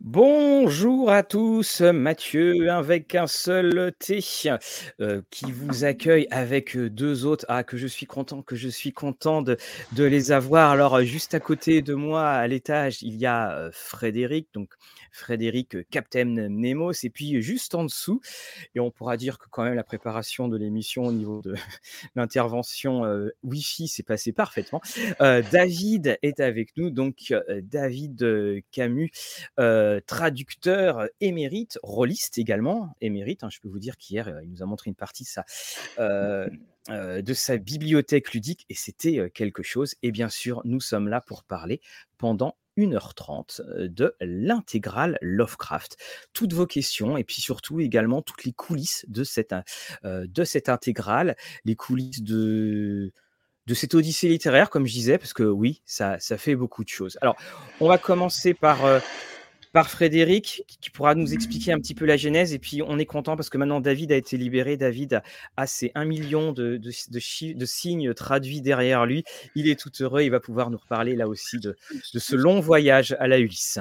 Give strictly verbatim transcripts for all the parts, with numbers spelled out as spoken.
Bonjour à tous, Mathieu avec un seul T, heu, qui vous accueille avec, heu, deux autres. Ah que je suis content, que je suis content de de les avoir. Alors, heu, juste à côté de moi, à l'étage, il y a, heu, Frédéric, donc Frédéric, heu, Captain Nemos et puis juste en dessous et on pourra dire que quand même la préparation de l'émission au niveau de l'intervention, heu, Wi-Fi s'est passée parfaitement. Heu, David est avec nous, donc heu, David, heu, Camus, heu, traducteur émérite, rôliste également, émérite, hein. Je peux vous dire qu'hier, heu, il nous a montré une partie de sa, heu heu, de sa bibliothèque ludique et c'était, heu, quelque chose et bien sûr, nous sommes là pour parler pendant une heure trente, heu, de l'intégrale Lovecraft. Toutes vos questions et puis surtout également toutes les coulisses de cette in heu, de cette intégrale, les coulisses de de cette odyssée littéraire comme je disais, parce que oui, ça ça fait beaucoup de choses. Alors, on va commencer par, heu, par Frédéric qui qui pourra nous expliquer un petit peu la genèse et puis on est content parce que maintenant David a été libéré. David a a ses un million de de s de chi de signes traduits derrière lui. Il est tout heureux, il va pouvoir nous reparler là aussi de de ce long voyage à la Ulysse.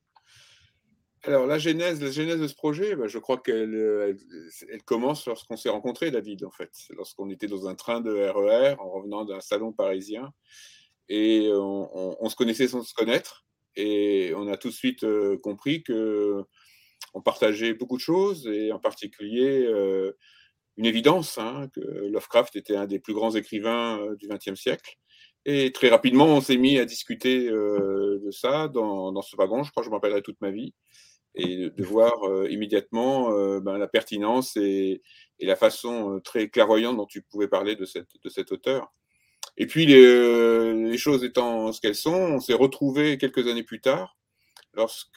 Alors la genèse la genèse de ce projet, bah, je crois qu'elle, heu, elle s elle commence lorsqu'on s'est rencontrés, David, en fait. Lorsqu'on était dans un train de R E R en revenant d'un salon parisien et on on on se connaissait sans se connaître et on a tout de suite, heu, compris qu'on partageait beaucoup de choses et en particulier, heu, une évidence, hein, que Lovecraft était un des plus grands écrivains, heu, du vingtième siècle et très rapidement, on s'est mis à discuter, heu, de ça dans dans ce wagon. Je crois que je m'en rappellerai toute ma vie et de voir, heu, immédiatement, heu, ben, la pertinence et et la façon, heu, très clairvoyante dont tu pouvais parler de cet de cet auteur. Et puis les, heu, les choses étant ce qu'elles sont, on s'est retrouvés quelques années plus tard lorsque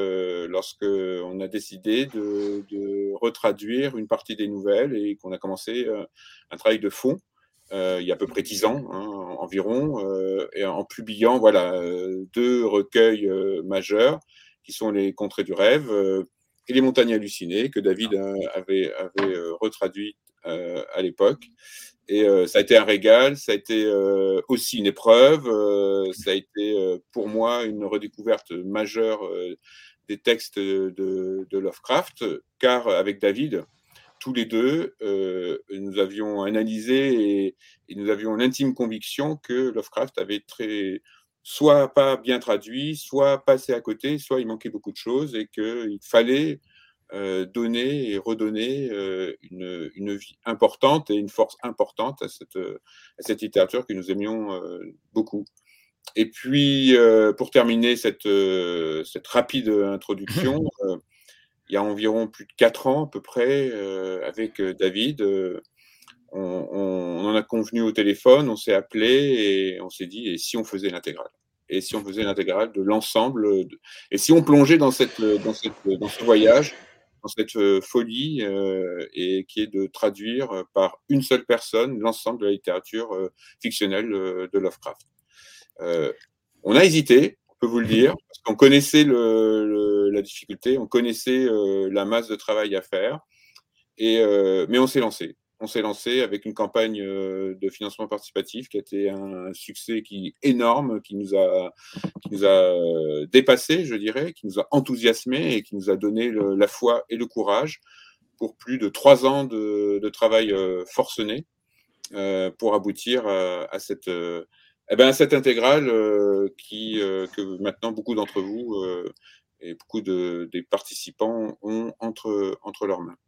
lorsqu'on a décidé de de retraduire une partie des nouvelles et qu'on a commencé, heu, un travail de fond, heu, il y a à peu près dix ans, hein, environ, heu et en publiant voilà, heu, deux recueils, heu, majeurs qui sont Les Contrées du rêve, heu et Les Montagnes hallucinées que David, heu, avait avait, heu, retraduites, heu, à l'époque et heu, ça a été un régal, ça a été, heu, aussi une épreuve, heu, ça a été, heu, pour moi une redécouverte majeure, heu, des textes, de de Lovecraft, car avec David, tous les deux, heu, nous avions analysé et et nous avions l'intime conviction que Lovecraft avait très soit pas bien traduit, soit passé à côté, soit il manquait beaucoup de choses et qu'il fallait, heu, donner et redonner, heu, une, une vie importante et une force importante à cette, heu, à cette littérature que nous aimions, heu, beaucoup. Et puis, heu, pour terminer cette, heu, cette rapide introduction, heu, il y a environ plus de quatre ans à peu près, heu, avec, heu, David, heu, on on on en a convenu au téléphone, on s'est appelés et on s'est dit: «Et si on faisait l'intégrale? Et si on faisait l'intégrale de l'ensemble, heu, de et si on plongeait dans cette, heu, dans cette, heu, dans ce voyage, dans cette, heu, folie, heu et qui est de traduire, heu, par une seule personne l'ensemble de la littérature, heu, fictionnelle, heu, de Lovecraft?» Heu, on a hésité, on peut vous le dire, parce qu'on connaissait le le la difficulté, on connaissait, heu, la masse de travail à faire et heu, mais on s'est lancé. On s'est lancé avec une campagne, heu, de financement participatif qui a été un succès qui énorme, qui nous a qui nous a, heu, dépassés, je dirais, qui nous a enthousiasmés et qui nous a donné le la foi et le courage pour plus de trois ans de de travail, heu, forcené, heu, pour aboutir à à cette, heu, et ben, à cette intégrale, heu, qui, heu, que maintenant beaucoup d'entre vous, heu et beaucoup de des participants ont entre entre leurs mains.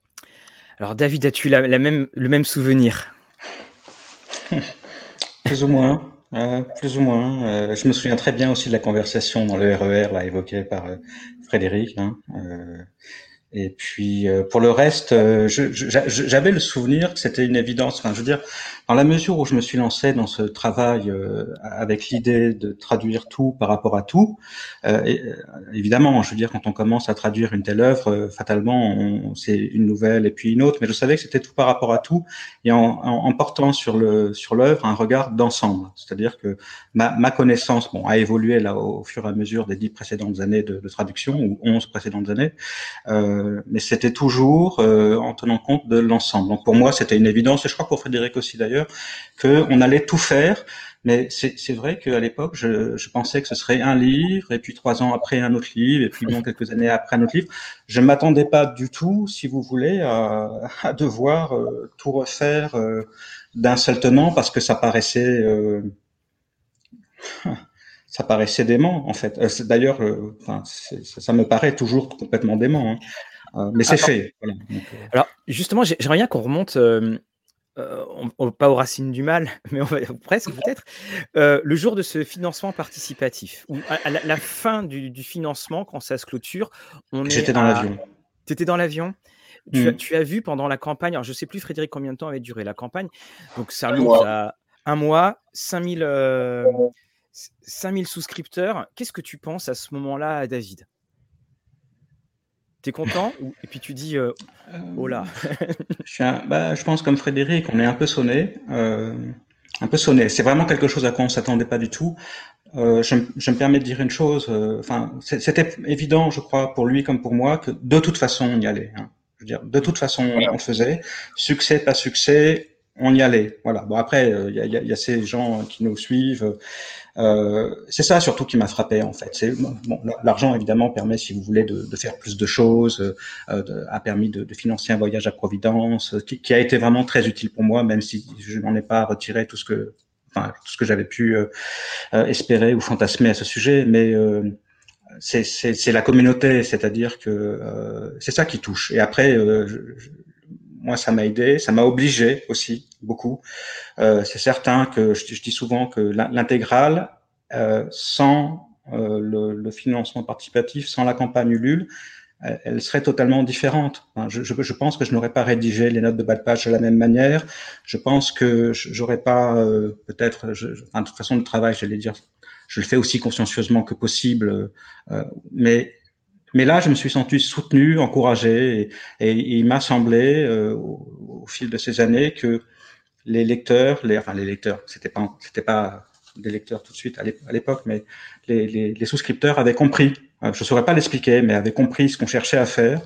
Alors David, as-tu la la même le même souvenir? Plus ou moins, heu, plus ou moins, heu, je me souviens très bien aussi de la conversation dans le R E R là évoquée par, heu, Frédéric, hein, heu et puis, heu, pour le reste, heu, je je j'a j'avais le souvenir que c'était une évidence. Enfin, je veux dire, dans la mesure où je me suis lancé dans ce travail, heu, avec l'idée de traduire tout par rapport à tout, heu et heu, évidemment, je veux dire, quand on commence à traduire une telle œuvre, heu, fatalement, on c'est une nouvelle et puis une autre, mais je savais que c'était tout par rapport à tout et en en en portant sur le sur l'œuvre un regard d'ensemble. C'est-à-dire que ma ma connaissance, bon, a évolué là au au fur et à mesure des dix précédentes années de de traduction ou onze précédentes années, euh, euh, mais c'était toujours euh, en tenant compte de l'ensemble. Donc pour moi, c'était une évidence, et je crois pour Frédéric aussi d'ailleurs, qu'on allait tout faire. Mais c'est, c'est vrai qu'à l'époque, je, je pensais que ce serait un livre, et puis trois ans après un autre livre, et puis bon, quelques années après un autre livre. Je m'attendais pas du tout, si vous voulez, à, à devoir euh, tout refaire euh, d'un seul tenant, parce que ça paraissait... Euh, ça paraissait dément, en fait. Euh, c'est, d'ailleurs, euh, enfin, c'est, ça, ça me paraît toujours complètement dément, hein. Euh, mais c'est Alors, fait. Voilà. Donc, euh, alors, justement, j'ai- j'aimerais bien qu'on remonte, euh, euh, on- on- pas aux racines du mal, mais on va, presque peut-être, euh, le jour de ce financement participatif, ou à, à la, la fin du, du financement, quand ça se clôture, on est j'étais dans à... l'avion. Tu étais dans l'avion, tu as, Hmm. tu as vu pendant la campagne, alors je ne sais plus Frédéric combien de temps avait duré la campagne, donc ça Un monte mois. à un mois, cinq mille, euh, cinq mille souscripteurs. Qu'est-ce que tu penses à ce moment-là, David? T'es content ou... Et puis tu dis, euh, Euh, oh là. je, suis un- bah, je pense comme Frédéric, on est un peu sonné. Euh, un peu sonné. C'est vraiment quelque chose à quoi on s'attendait pas du tout. Euh, je, me- je me permets de dire une chose. euh, Enfin, c'est- c'était évident, je crois, pour lui comme pour moi, que de toute façon on y allait, hein. Je veux dire, de toute façon on, on le faisait. Succès, pas succès, on y allait. Voilà. Bon après, il y, a, y a- y a ces gens qui nous suivent. Euh, c'est ça surtout qui m'a frappé en fait. C'est, bon, l'argent évidemment permet, si vous voulez, de, de faire plus de choses, euh, de, a permis de, de financer un voyage à Providence, qui, qui a été vraiment très utile pour moi, même si je n'en ai pas retiré tout ce que, enfin, tout ce que j'avais pu euh, espérer ou fantasmer à ce sujet. Mais euh, c'est, c'est, c'est la communauté, c'est-à-dire que euh, c'est ça qui touche. Et après, euh, je, je, moi, ça m'a aidé, ça m'a obligé aussi beaucoup. Euh, c'est certain que je, je dis souvent que l'intégrale, euh, sans euh, le, le financement participatif, sans la campagne Ulule, elle, elle serait totalement différente. Enfin, je, je, je pense que je n'aurais pas rédigé les notes de bas de page de la même manière. Je pense que j'aurais pas euh, peut-être, je, enfin, de toute façon, le travail, j'allais dire, je le fais aussi consciencieusement que possible, euh, mais mais là, je me suis senti soutenu, encouragé, et, et il m'a semblé, euh, au, au fil de ces années, que les lecteurs, les, enfin les lecteurs, c'était pas, c'était pas des lecteurs tout de suite à l'époque, mais les, les, les souscripteurs avaient compris. Je ne saurais pas l'expliquer, mais avaient compris ce qu'on cherchait à faire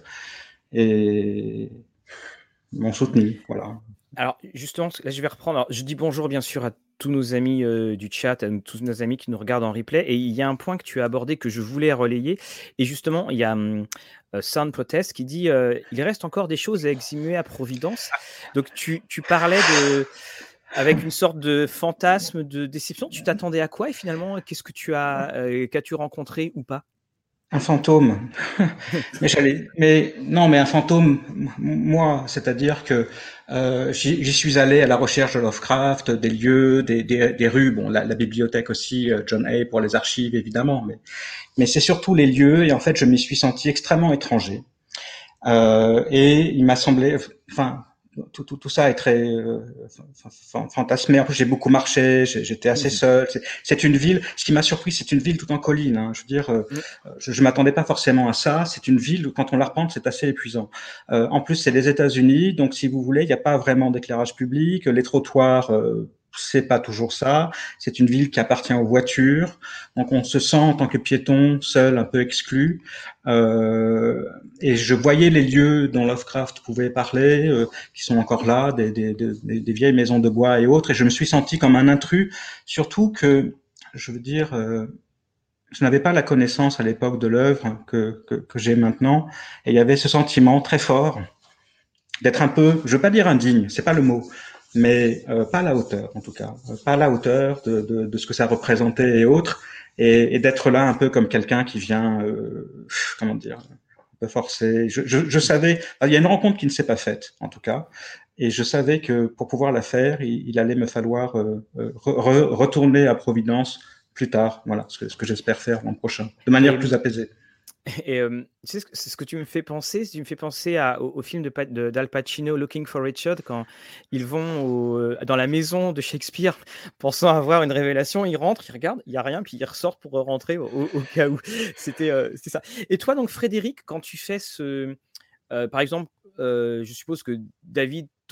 et m'ont soutenu. Voilà. Alors justement, là je vais reprendre. Alors, je dis bonjour bien sûr à tous nos amis euh, du chat, à tous nos amis qui nous regardent en replay. Et il y a un point que tu as abordé que je voulais relayer. Et justement, il y a hum, euh, Sound Protest qui dit euh, il reste encore des choses à exhumer à Providence. Donc tu, tu parlais de avec une sorte de fantasme, de déception. Tu t'attendais à quoi et finalement, qu'est-ce que tu as, euh, qu'as-tu rencontré ou pas? Un fantôme. mais j'allais, mais non, mais un fantôme, moi, c'est-à-dire que euh, j'y, j'y suis allé à la recherche de Lovecraft, des lieux, des, des, des rues, bon, la, la bibliothèque aussi, euh, John Hay pour les archives évidemment, mais mais c'est surtout les lieux et en fait, je m'y suis senti extrêmement étranger. Euh, et il m'a semblé, enfin, tout, tout, tout ça est très euh, fantasmé. En plus, j'ai beaucoup marché, j'étais assez seul. C'est, c'est une ville. Ce qui m'a surpris, c'est une ville tout en colline. Hein. Je veux dire, euh, je, je m'attendais pas forcément à ça. C'est une ville où, quand on la repente, c'est assez épuisant. Euh, en plus, c'est les États-Unis, donc si vous voulez, il n'y a pas vraiment d'éclairage public. Les trottoirs, euh, c'est pas toujours ça. C'est une ville qui appartient aux voitures, donc on se sent en tant que piéton seul, un peu exclu. Euh, et je voyais les lieux dont Lovecraft pouvait parler, euh, qui sont encore là, des, des, des, des vieilles maisons de bois et autres, et je me suis senti comme un intrus, surtout que, je veux dire, euh, je n'avais pas la connaissance à l'époque de l'œuvre que, que, que j'ai maintenant, et il y avait ce sentiment très fort d'être un peu, je veux pas dire indigne, c'est pas le mot, mais euh, pas à la hauteur en tout cas, pas à la hauteur de, de, de ce que ça représentait et autres, et, et d'être là un peu comme quelqu'un qui vient, euh, comment dire, un peu forcé. Je, je, je savais, il y a une rencontre qui ne s'est pas faite en tout cas, et je savais que pour pouvoir la faire, il, il allait me falloir euh, re, retourner à Providence plus tard, voilà, ce que, ce que j'espère faire l'an prochain, de manière Et, plus apaisée. Et euh, tu sais, c'est ce que tu me fais penser, tu me fais penser à, au, au film de, de, d'Al Pacino, Looking for Richard, quand ils vont au, dans la maison de Shakespeare, pensant avoir une révélation, ils rentrent, ils regardent, il n'y a rien, puis ils ressortent pour rentrer au, au, au cas où. C'était euh, c'est ça. Et toi, donc, Frédéric, quand tu fais ce... Euh, par exemple, euh, je suppose que David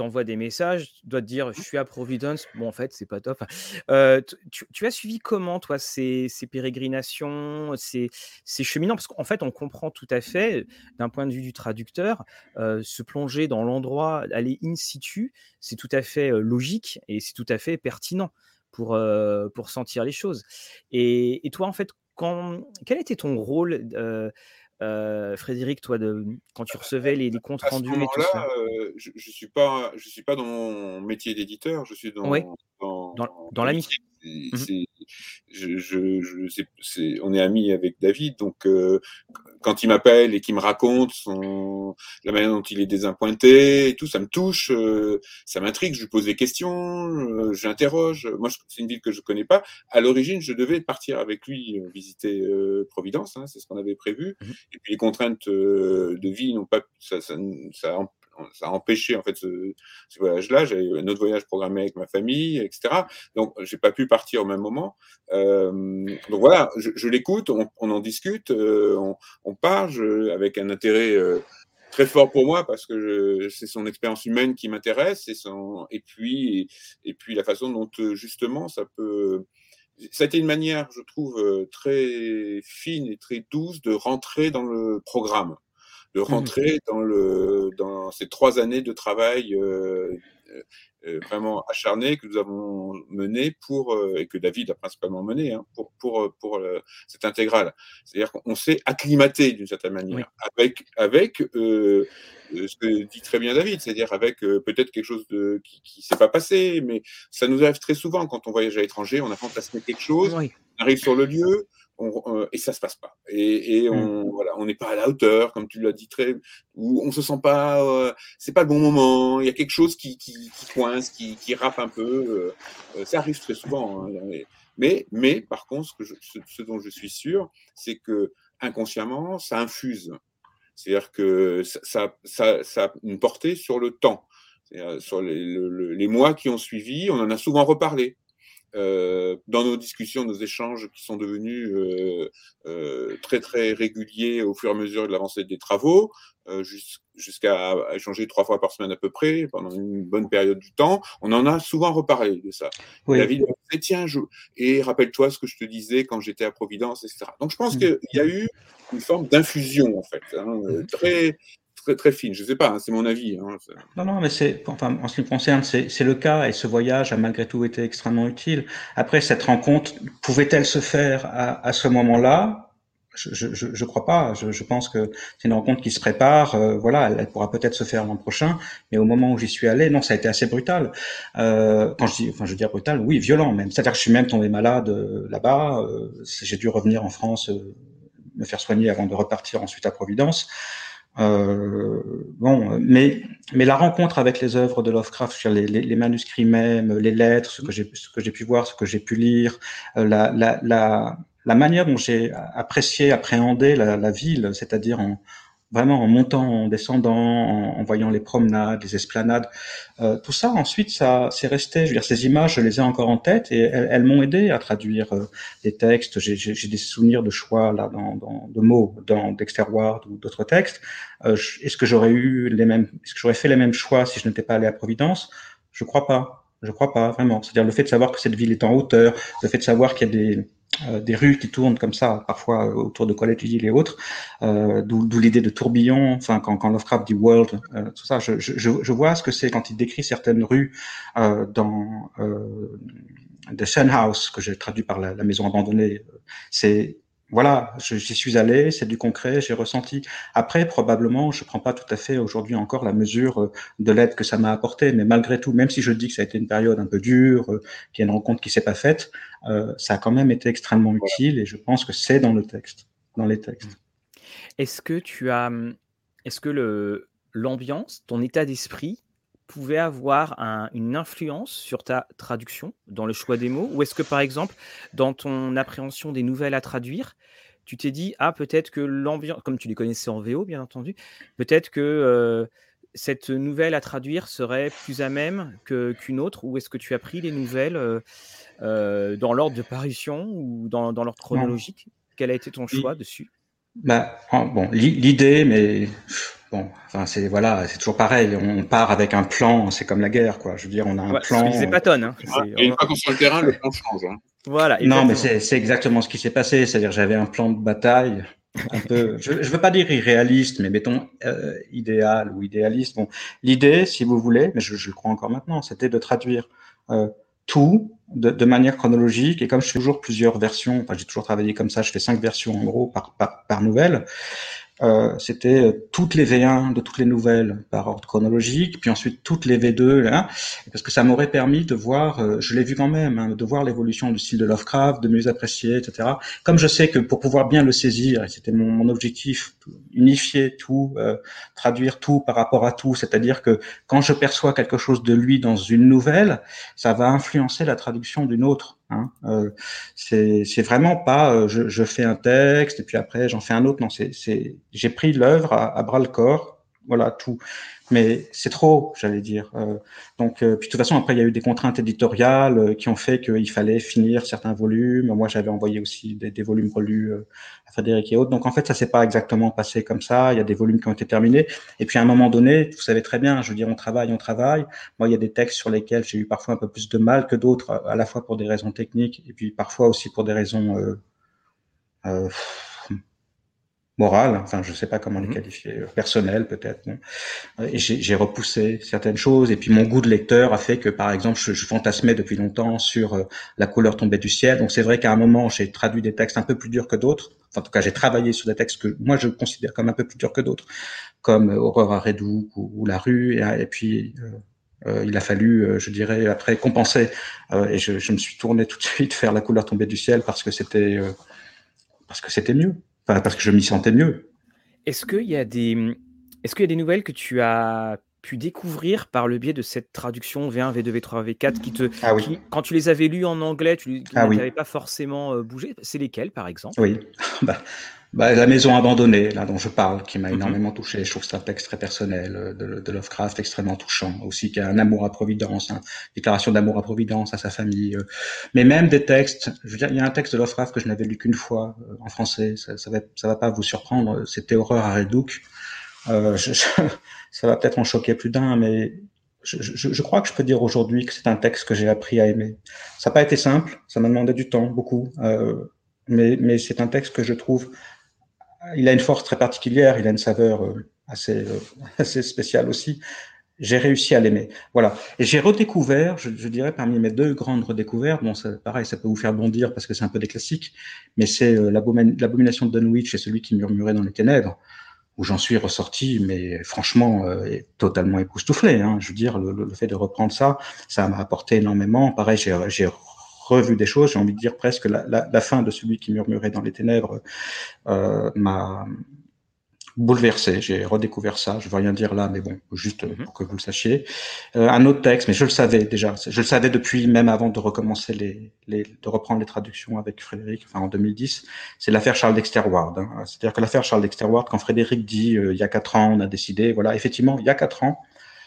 t'envoie des messages, tu dois te dire: «Je suis à Providence». Bon, en fait, c'est pas top. Heu, t tu tu as suivi comment, toi, ces ces pérégrinations, ces ces cheminements? Parce qu'en fait, on comprend tout à fait, d'un point de vue du traducteur, heu, se plonger dans l'endroit, aller in situ, c'est tout à fait, heu, logique et c'est tout à fait pertinent pour, heu, pour sentir les choses. Et et toi, en fait, quand quel était ton rôle, heu heu, Frédéric, toi, de quand tu recevais les les comptes À ce rendus et tout moment-là, cela? heu, je je suis pas je suis pas dans mon métier d'éditeur, je suis Ouais, dans dans dans dans l'ami? l'amitié. C'est Mmh. c'est je je je c'est c'est on est amis avec David, donc heu, quand il m'appelle et qu'il me raconte son la manière dont il est désappointé et tout, ça me touche, heu, ça m'intrigue, je lui pose des questions, heu, j'interroge. Moi, je c'est une ville que je connais pas. À l'origine, je devais partir avec lui, heu, visiter, heu, Providence, hein, c'est ce qu'on avait prévu. Mmh. Et puis les contraintes, heu, de vie n'ont pas ça ça ça a em ça a empêché en fait ce ce voyage-là. J'avais un autre voyage programmé avec ma famille et cetera. Donc j'ai pas pu partir au même moment. Hem, donc voilà, je je l'écoute, on on en discute, heu, on on parle, je avec un intérêt, heu, très fort pour moi parce que je c'est son expérience humaine qui m'intéresse et son et puis et puis la façon dont, heu, justement ça peut ça a été une manière, je trouve, heu, très fine et très douce de rentrer dans le programme, de Mmh. rentrer dans le dans ces trois années de travail, heu heu heu, vraiment acharné que nous avons mené pour, heu et que David a principalement mené, hein, pour pour, heu, pour, heu, cette intégrale. C'est-à-dire qu'on s'est acclimaté d'une certaine Oui. manière avec avec, heu heu, ce que dit très bien David, c'est-à-dire avec, heu, peut-être quelque chose de qui qui s'est pas passé, mais ça nous arrive très souvent quand on voyage à l'étranger, on a fantasmé quelque chose, Oui. on arrive sur le lieu, on heu et ça se passe pas et et Mmh. on voilà, on n'est pas à la hauteur, comme tu l'as dit très ou on se sent pas, heu, c'est pas le bon moment, il y a quelque chose qui qui qui coince, qui qui râpe un peu, heu heu, ça arrive très souvent, hein, et mais mais par contre, ce que je ce ce dont je suis sûr, c'est qu'inconsciemment, ça infuse. C'est-à-dire que ça ça ça ça a une portée sur le temps. C'est-à-dire sur les le le les mois qui ont suivi, on en a souvent reparlé. Heu, dans nos discussions, nos échanges qui sont devenus, heu heu, très, très réguliers au fur et à mesure de l'avancée des travaux, heu, jus jusqu'à à échanger trois fois par semaine à peu près, pendant une bonne période du temps. On en a souvent reparlé de ça. Et Oui. David me disait: «Tiens, je et rappelle-toi ce que je te disais quand j'étais à Providence» et cetera. Donc je pense Mmh. qu'il y a eu une forme d'infusion en fait, hein, heu, Mmh. très, très, très fine. Je sais pas, hein, c'est mon avis, hein, c'est Non, non, mais c'est, enfin, en ce qui me concerne, c'est, c'est le cas et ce voyage a malgré tout été extrêmement utile. Après, cette rencontre, pouvait-elle se faire à, à ce moment-là? Je, je, je, je crois pas. Je, je pense que c'est une rencontre qui se prépare. Euh, voilà, elle, elle pourra peut-être se faire l'an prochain, mais au moment où j'y suis allé, non, ça a été assez brutal. Euh, quand je dis, enfin, je veux dire brutal, oui, violent même. C'est-à-dire que je suis même tombé malade euh, là-bas. Euh, j'ai dû revenir en France, euh, me faire soigner avant de repartir ensuite à Providence. Euh, bon, mais mais la rencontre avec les œuvres de Lovecraft, les, les, les manuscrits même, les lettres, ce que j'ai ce que j'ai pu voir, ce que j'ai pu lire, euh, la, la la la manière dont j'ai apprécié, appréhendé la, la ville, c'est-à-dire en vraiment en montant, en descendant, en, en voyant les promenades, les esplanades, euh, tout ça, ensuite, ça, c'est resté. Je veux dire, ces images, je les ai encore en tête et elles, elles m'ont aidé à traduire euh, des textes. J'ai, j'ai, j'ai des souvenirs de choix là, dans, dans, de mots dans Dexter Ward ou d'autres textes. Euh, est-ce que j'aurais eu les mêmes, est-ce que j'aurais fait les mêmes choix si je n'étais pas allé à Providence? Je crois pas. Je crois pas vraiment. C'est-à-dire le fait de savoir que cette ville est en hauteur, le fait de savoir qu'il y a des euh, des rues qui tournent comme ça, parfois euh, autour de College Hill et autres, euh, d'où, d'où l'idée de tourbillon. Enfin, quand, quand Lovecraft dit world, euh, tout ça, je, je, je vois ce que c'est quand il décrit certaines rues euh, dans euh, The Sun House, que j'ai traduit par la, la maison abandonnée. C'est voilà, je, j'y suis allé, c'est du concret, j'ai ressenti. Après, probablement, je prends pas tout à fait aujourd'hui encore la mesure euh, de l'aide que ça m'a apporté, mais malgré tout, même si je dis que ça a été une période un peu dure, euh, qu'il y a une rencontre qui s'est pas faite, euh, ça a quand même été extrêmement utile et je pense que c'est dans le texte, dans les Mmh. textes. Est-ce que tu as, mmh, est-ce que le l'ambiance, ton état d'esprit pouvait avoir un une influence sur ta traduction, dans le choix des mots? Ou est-ce que, par exemple, dans ton appréhension des nouvelles à traduire, tu t'es dit: «Ah, peut-être que l'ambiance», comme tu les connaissais en V O, bien entendu, peut-être que, heu, cette nouvelle à traduire serait plus à même que qu'une autre? Ou est-ce que tu as pris les nouvelles, heu heu, dans l'ordre de parution ou dans dans l'ordre Non. chronologique? Quel a été ton choix dessus? Bah, en- bon, l'i- l'idée, mais bon, enfin c'est voilà, c'est toujours pareil. On part avec un plan, c'est comme la guerre, quoi. Je veux dire, on a un Ouais, c'est ce que plan. disait Patton. Hein. Et une fois qu'on est sur le terrain, le plan change. Hein. Voilà, Non, mais exactement. c'est c'est exactement ce qui s'est passé. C'est-à-dire, j'avais un plan de bataille un peu, je, je veux pas dire irréaliste, mais mettons euh, idéal ou idéaliste. Bon, l'idée, si vous voulez, mais je, je le crois encore maintenant, c'était de traduire euh, tout de, de manière chronologique. Et comme je fais toujours plusieurs versions, enfin j'ai toujours travaillé comme ça, je fais cinq versions en gros par par, par nouvelle. Euh, c'était toutes les V un de toutes les nouvelles par ordre chronologique, puis ensuite toutes les V deux, là, parce que ça m'aurait permis de voir, euh, je l'ai vu quand même, hein, de voir l'évolution du style de Lovecraft, de mieux apprécier, et cetera. Comme je sais que pour pouvoir bien le saisir, et c'était mon, mon objectif, unifier tout, euh, traduire tout par rapport à tout, c'est-à-dire que quand je perçois quelque chose de lui dans une nouvelle, ça va influencer la traduction d'une autre. Hein. Euh, c'est, c'est vraiment pas euh, je, je fais un texte et puis après j'en fais un autre. Non, c'est, c'est j'ai pris l'œuvre à, à bras le corps, voilà tout. Mais c'est trop, j'allais dire. Euh, donc, euh, puis de toute façon après il y a eu des contraintes éditoriales euh, qui ont fait qu'il fallait finir certains volumes. Moi j'avais envoyé aussi des, des volumes relus euh, à Frédéric et autres. Donc en fait ça s'est pas exactement passé comme ça. Il y a des volumes qui ont été terminés. Et puis à un moment donné, vous savez très bien, je veux dire on travaille, on travaille. Moi, il y a des textes sur lesquels j'ai eu parfois un peu plus de mal que d'autres, à la fois pour des raisons techniques et puis parfois aussi pour des raisons euh, euh, morales. Enfin, je sais pas comment les Mhm. qualifier, personnelles peut-être. Bon. Et j'ai, j'ai repoussé certaines choses. Et puis mon goût de lecteur a fait que, par exemple, je, je fantasmais depuis longtemps sur euh, la couleur tombée du ciel. Donc c'est vrai qu'à un moment, j'ai traduit des textes un peu plus durs que d'autres. Enfin, en tout cas, j'ai travaillé sur des textes que moi je considère comme un peu plus durs que d'autres, comme euh, Horreur à Redoux ou, ou La Rue. Et, et puis euh, Euh, il a fallu, euh, je dirais, après compenser. Euh, et je, je me suis tourné tout de suite vers La couleur tombée du ciel parce que c'était euh, parce que c'était mieux. Enfin, parce que je m'y sentais mieux. Est-ce qu'il y a des, est-ce qu'il y a des nouvelles que tu as pu découvrir par le biais de cette traduction V un, V deux, V trois, V quatre qui te, Ah oui, qui, quand tu les avais lues en anglais, tu, qui ah ne oui, t'avaient pas forcément euh, bougé? C'est lesquelles, par exemple? oui. bah, bah, La maison abandonnée, là dont je parle, qui m'a Mhm. énormément touché. Je trouve que c'est un texte très personnel euh, de, de Lovecraft, extrêmement touchant. Aussi, qui a un amour à Providence, hein, déclaration d'amour à Providence, à sa famille. Euh. Mais même des textes, je veux dire, il y a un texte de Lovecraft que je n'avais lu qu'une fois euh, en français. Ça, ça va, ça va pas vous surprendre. C'était Horreur à Redouk. Euh, je, je, ça va peut-être en choquer plus d'un, mais je, je, je crois que je peux dire aujourd'hui que c'est un texte que j'ai appris à aimer. Ça n'a pas été simple, ça m'a demandé du temps, beaucoup, euh, mais, mais c'est un texte que je trouve, il a une force très particulière, il a une saveur euh, assez, euh, assez spéciale aussi. J'ai réussi à l'aimer. Voilà. Et j'ai redécouvert, je, je dirais, parmi mes deux grandes redécouvertes, bon, ça, pareil, ça peut vous faire bondir parce que c'est un peu des classiques, mais c'est euh, l'abomination de Dunwich et celui qui murmurait dans les ténèbres, où j'en suis ressorti, mais franchement, euh, totalement époustouflé. Hein. Je veux dire, le, le fait de reprendre ça, ça m'a apporté énormément. Pareil, j'ai, j'ai revu des choses. J'ai envie de dire presque la, la, la fin de celui qui murmurait dans les ténèbres euh, m'a bouleversé. J'ai redécouvert ça. Je veux rien dire là, mais bon, juste Mhm. pour que vous le sachiez. Euh, un autre texte, mais je le savais déjà. Je le savais depuis même avant de recommencer les, les de reprendre les traductions avec Frédéric, enfin en deux mille dix. C'est l'affaire Charles Dexter Ward. Hein. C'est-à-dire que l'affaire Charles Dexter Ward, quand Frédéric dit euh, il y a quatre ans, on a décidé, voilà, effectivement, il y a quatre ans.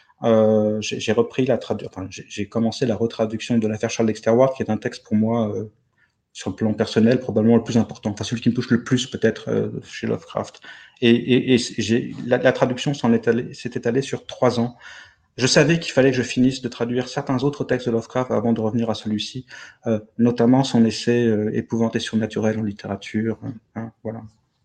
Euh, j'ai, j'ai repris la traduction, enfin, j'ai, j'ai commencé la retraduction de l'affaire Charles Dexter Ward, qui est un texte pour moi euh, sur le plan personnel, probablement le plus important, enfin celui qui me touche le plus peut-être euh, chez Lovecraft. Et, et, et j'ai, la, la traduction s'en est allée, s'est étalée sur trois ans. Je savais qu'il fallait que je finisse de traduire certains autres textes de Lovecraft avant de revenir à celui-ci, euh, notamment son essai euh, Épouvante et surnaturel en littérature. Hein, hein, voilà.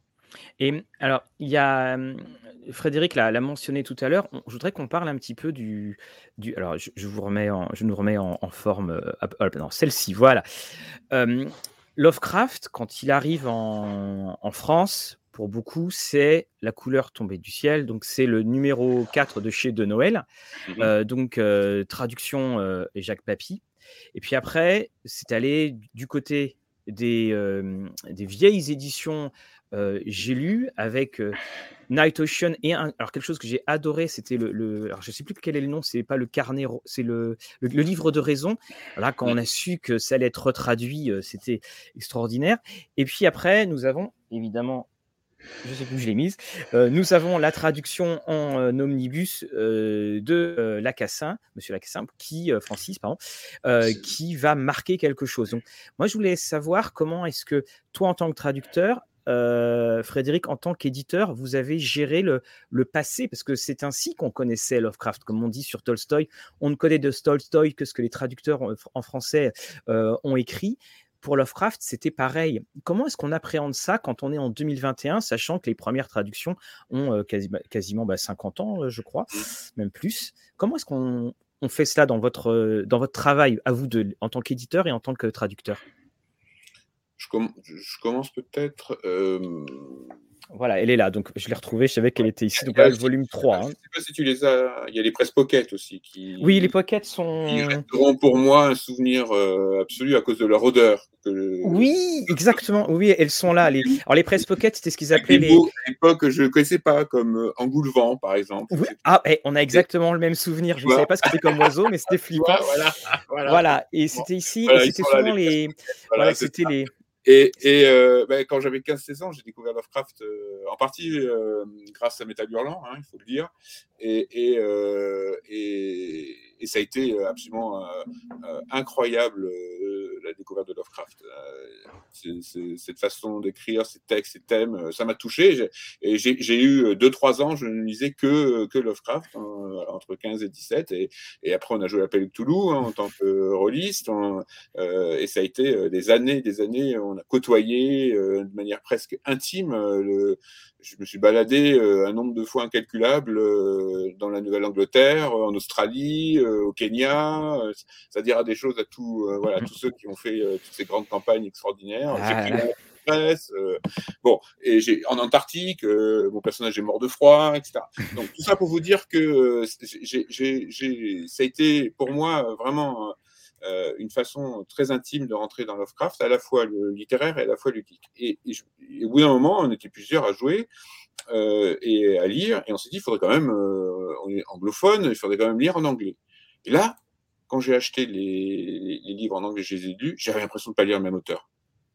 Et alors, il y a hum, Frédéric l'a, l'a mentionné tout à l'heure. on- Je voudrais qu'on parle un petit peu du, du alors je, je vous remets en, je nous remets en, en forme. euh, hop, hop, non, celle-ci, voilà. Euh, Lovecraft, quand il arrive en, en France, pour beaucoup, c'est La couleur tombée du ciel. Donc, c'est le numéro quatre de chez De Noël. Mhm. Euh, donc, euh, traduction euh, Jacques Papy. Et puis après, c'est allé du côté des, euh, des vieilles éditions. Euh, j'ai lu avec euh, Night Ocean et un, alors quelque chose que j'ai adoré, c'était le, le alors je sais plus quel est le nom, c'est pas le carnet, ro- c'est le, le, le livre de raison. Là, quand on a su que ça allait être retraduit, euh, c'était extraordinaire. Et puis après, nous avons évidemment, je sais plus où je l'ai mise, euh, nous avons la traduction en euh, omnibus euh, de euh, Lacassin, Monsieur Lacassin, qui euh, Francis, pardon, euh, qui va marquer quelque chose. Donc, moi, je voulais savoir comment est-ce que toi, en tant que traducteur, euh, Frédéric, en tant qu'éditeur, vous avez géré le, le passé, parce que c'est ainsi qu'on connaissait Lovecraft. Comme on dit sur Tolstoï, on ne connaît de Tolstoï que ce que les traducteurs en, en français euh, ont écrit. Pour Lovecraft, c'était pareil. Comment est-ce qu'on appréhende ça quand on est en deux mille vingt et un, sachant que les premières traductions ont euh, quasi, quasiment bah, cinquante ans, euh, je crois, même plus. Comment est-ce qu'on on fait cela dans votre, euh, dans votre travail, à vous deux, en tant qu'éditeur et en tant que traducteur? Je, com- je commence peut-être... Euh... Voilà, elle est là, donc je l'ai retrouvée, je savais qu'elle était ici, donc Il y a voilà le aussi- volume trois. Je Hein. ne sais pas si tu les as... Il y a les Press Pocket aussi qui... Oui, les pockets qui sont... resteront pour moi un souvenir euh, absolu à cause de leur odeur. Que... Oui, exactement, oui, elles sont là. Les... Alors les press pockets, c'était ce qu'ils Avec appelaient des les... mots à l'époque que je ne connaissais pas, comme euh, engoulevent, par exemple. Oui. C'est- Ah, eh, on a exactement le même souvenir, je ne vois savais pas ce que c'était comme oiseau, mais c'était Tu flippant. vois, voilà, voilà. Voilà, et Bon, c'était ici, voilà, et ils c'était sont là, souvent les les... Press Pocket, Voilà, voilà, c'est c'était ça. les... Et, et euh, ben, quand j'avais quinze seize ans, j'ai découvert Lovecraft euh, en partie euh, grâce à Métal Hurlant, hein, il faut le dire. Et, et, euh, et, et ça a été absolument euh, euh, incroyable euh, la découverte de Lovecraft. Euh, c'est, c'est, cette façon d'écrire, ces textes, ces thèmes, ça m'a touché. J'ai, et j'ai, j'ai eu deux trois ans, je ne lisais que, que Lovecraft, hein, entre quinze et dix-sept. Et, et après, on a joué à Appel de Cthulhu hein, en tant que rôliste. On, euh, et ça a été des années, des années. On a côtoyé euh, de manière presque intime. Euh, le, je me suis baladé euh, un nombre de fois incalculable euh, dans la Nouvelle-Angleterre, en Australie, euh, au Kenya. Euh, c'est-à-dire à des choses à tout, euh, voilà, tous ceux qui ont fait euh, toutes ces grandes campagnes extraordinaires. Ah, J'ai pris là. la presse. Euh, bon, et j'ai en Antarctique, euh, mon personnage est mort de froid, et cetera. Donc tout ça pour vous dire que euh, j'ai, j'ai, j'ai, ça a été pour moi vraiment euh, une façon très intime de rentrer dans Lovecraft, à la fois le littéraire et à la fois ludique. Et, et, je, et au bout d'un moment, on était plusieurs à jouer euh, et à lire, et on s'est dit, il faudrait quand même, euh, on est anglophone, il faudrait quand même lire en anglais. Et là, quand j'ai acheté les, les, les livres en anglais, je les ai lus, j'avais l'impression de ne pas lire le même auteur.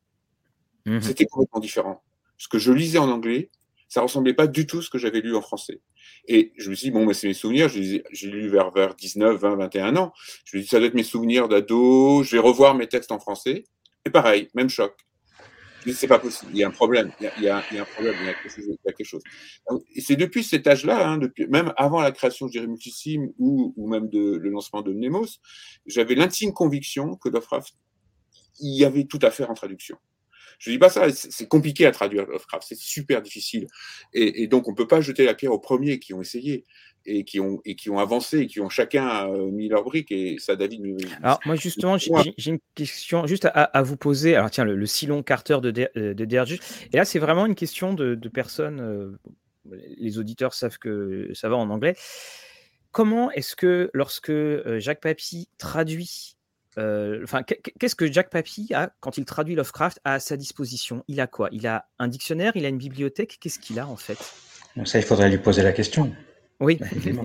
Mmh. C'était complètement différent. Ce que je lisais en anglais, ça ressemblait pas du tout à ce que j'avais lu en français. Et je me suis dit, bon, mais c'est mes souvenirs, je les ai, j'ai lu vers, vers dix-neuf, vingt, vingt et un ans. Je me suis dit, ça doit être mes souvenirs d'ado, je vais revoir mes textes en français. Et pareil, même choc. Je me dis, c'est pas possible, il y a un problème, il y a, il y a, il y a un problème, il y a quelque chose. Il y a quelque chose. Et c'est depuis cet âge-là, hein, depuis, même avant la création, je dirais, Multisim ou, ou même de, le lancement de Mnemos, j'avais l'intime conviction que Lovecraft, il y avait tout à faire en traduction. Je ne dis pas ça, c'est compliqué à traduire Lovecraft, c'est super difficile. Et, et donc, on ne peut pas jeter la pierre aux premiers qui ont essayé et qui ont, et qui ont avancé et qui ont chacun mis leur brique. Et ça, David. Alors, moi, justement, j'ai, j'ai une question juste à, à vous poser. Alors, tiens, le, le Silon Carter de, de, de Derge. Et là, c'est vraiment une question de, de personnes. Euh, les auditeurs savent que ça va en anglais. Comment est-ce que, lorsque Jacques Papy traduit. Enfin, euh, qu'est-ce que Jacques Papy a quand il traduit Lovecraft à sa disposition? Il a quoi? Il a un dictionnaire, il a une bibliothèque. Qu'est-ce qu'il a en fait? Donc ça, il faudrait lui poser la question. Oui.